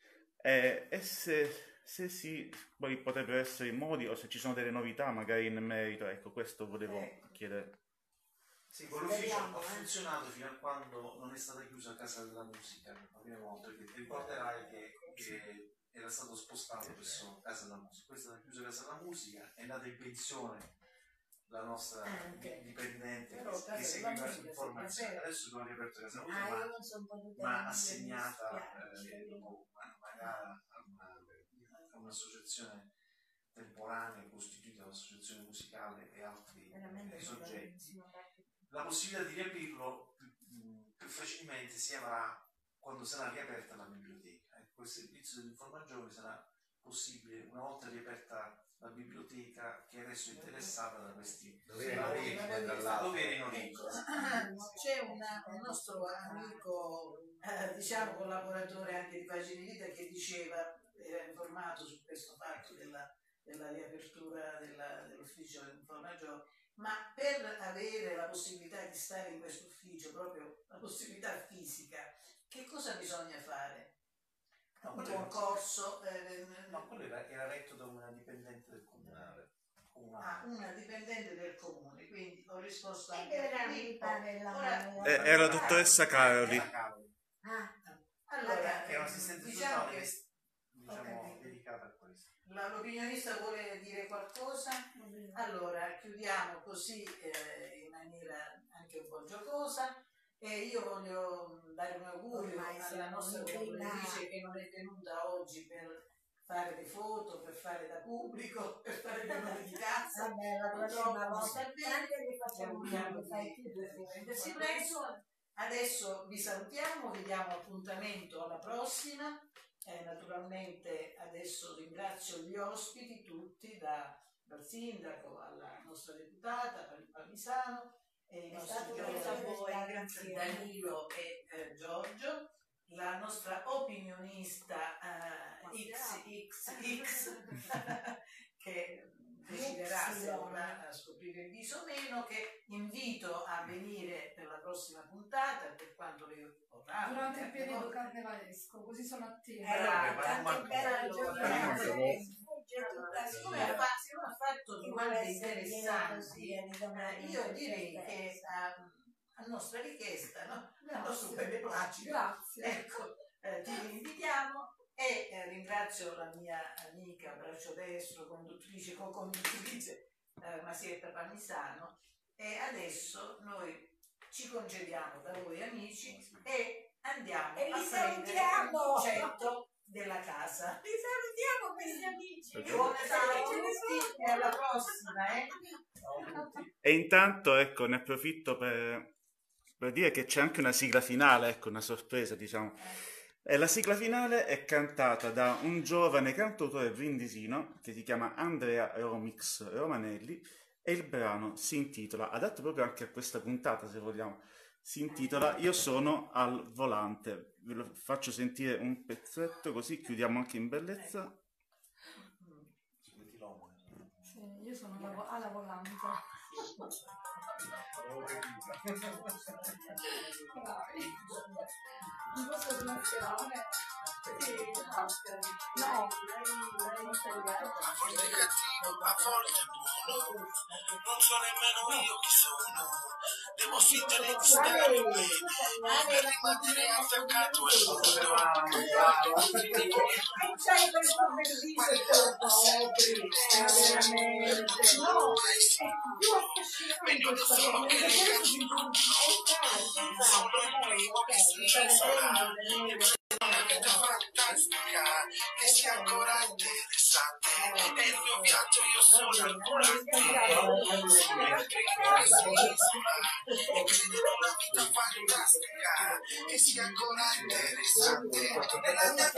E, e se, se sì, poi potrebbero essere i modi, o se ci sono delle novità magari in merito, ecco, questo volevo Ecco. chiedere. Sì, quell'ufficio Speriamo, ha eh. funzionato fino a quando non è stata chiusa Casa della Musica, la prima volta, perché ti ricorderai che, che era stato spostato presso Casa della Musica. Poi è stata chiusa Casa della Musica, è andata in pensione la nostra Anche. dipendente Però che, Casa che della seguiva Musica si l'informazione. è Adesso abbiamo riaperto Casa della Ah, Musica, io ma, non sono potuta ma venire, mi assegnata dispiace. eh, dopo una, una gara a, una, a un'associazione temporanea costituita da un'associazione musicale e altri Veramente eh, non soggetti. bellissimo. La possibilità di riaprirlo più, più facilmente si avrà quando sarà riaperta la biblioteca. Ecco, il servizio dell'informagione sarà possibile una volta riaperta la biblioteca, che adesso è interessata da questi Dovere in origine, tra l'altro. doveri in origine. C'è una- un nostro amico, eh, diciamo collaboratore anche di Pagine Vita, che diceva, era informato su questo fatto della, della riapertura della- dell'ufficio dell'informagione, ma per avere la possibilità di stare in questo ufficio, proprio la possibilità fisica, che cosa bisogna fare? No, Un quello era- concorso? eh, no, quello era, era retto da una dipendente del comunale. comunale. Ah, una dipendente del comune, quindi ho risposto E anche a era mi Filippo. pare la Ora- mano. Eh, era la dottoressa Caroli. Era Caroli, Ah, Allora, che è un'assistente diciamo sociale che diciamo, capito. dedicata a questo. la- l'opinionista vuole dire qualcosa? Allora, chiudiamo così eh, in maniera anche un po' giocosa. E io voglio dare un augurio Ormai alla siamo nostra in clima. collaboratrice che non è venuta oggi per fare le foto, per fare da pubblico, per fare le note di casa. vabbè, la prossima Purtroppo non volta sta bene. anche le facciamo Auguriamo le fai di- tu di due riprendersi presto. Adesso vi salutiamo, vi diamo appuntamento alla prossima. Eh, naturalmente adesso ringrazio gli ospiti tutti, da, dal sindaco alla nostra deputata Pal- Palmisano, e i È nostri stato giovani grazie a voi, grazie. Danilo e eh, Giorgio, la nostra opinionista eh, X X X che deciderà se vorrà scoprire il viso o meno, che invito a venire per la prossima puntata per quanto lei vorrà. Durante il eh, periodo no? carnevalesco, così sono attiva. Eh, Brava, tanto è ma- bella giornata, Allora, che sfugge tutta Siccome ha fa- siccome ha fatto chi domande vuole essere interessanti, viene così, eh, io direi che a, a nostra richiesta, no? a nostro beneplacito, Grazie. ecco, eh, ti invitiamo e eh, ringrazio la mia amica braccio destro, conduttrice, co-conduttrice eh, Masietta Palmisano, e adesso noi ci congediamo da voi amici e andiamo E li a prendere il salutiamo! concetto della casa. Li salutiamo questi amici. Buona serata a tutti e alla prossima, eh? E intanto, ecco, ne approfitto per, per dire che c'è anche una sigla finale, ecco, una sorpresa, diciamo. E la sigla finale è cantata da un giovane cantautore brindisino che si chiama Andrea Romix Romanelli, e il brano si intitola, adatto proprio anche a questa puntata, se vogliamo, si intitola Io sono al volante. Ve lo faccio sentire un pezzetto così chiudiamo anche in bellezza. Sì, io sono alla, vo- alla volante. Bravi. Mi posso smascherare? Sì, maschera. No. A volte è cattivo, a volte è buono. Non so nemmeno io chi sono. Devo fingere di stare bene per rimanere attaccato al mondo. C'hai questo bellissimo proprio, veramente, no, è più affascinante questa cosa, perché adesso si Sono il primo che si isola. Una vita fantastica che sia ancora interessante. E il mio viaggio io sono al volante. Il primo che si isola. E credo una vita fantastica che sia ancora interessante. Nella mia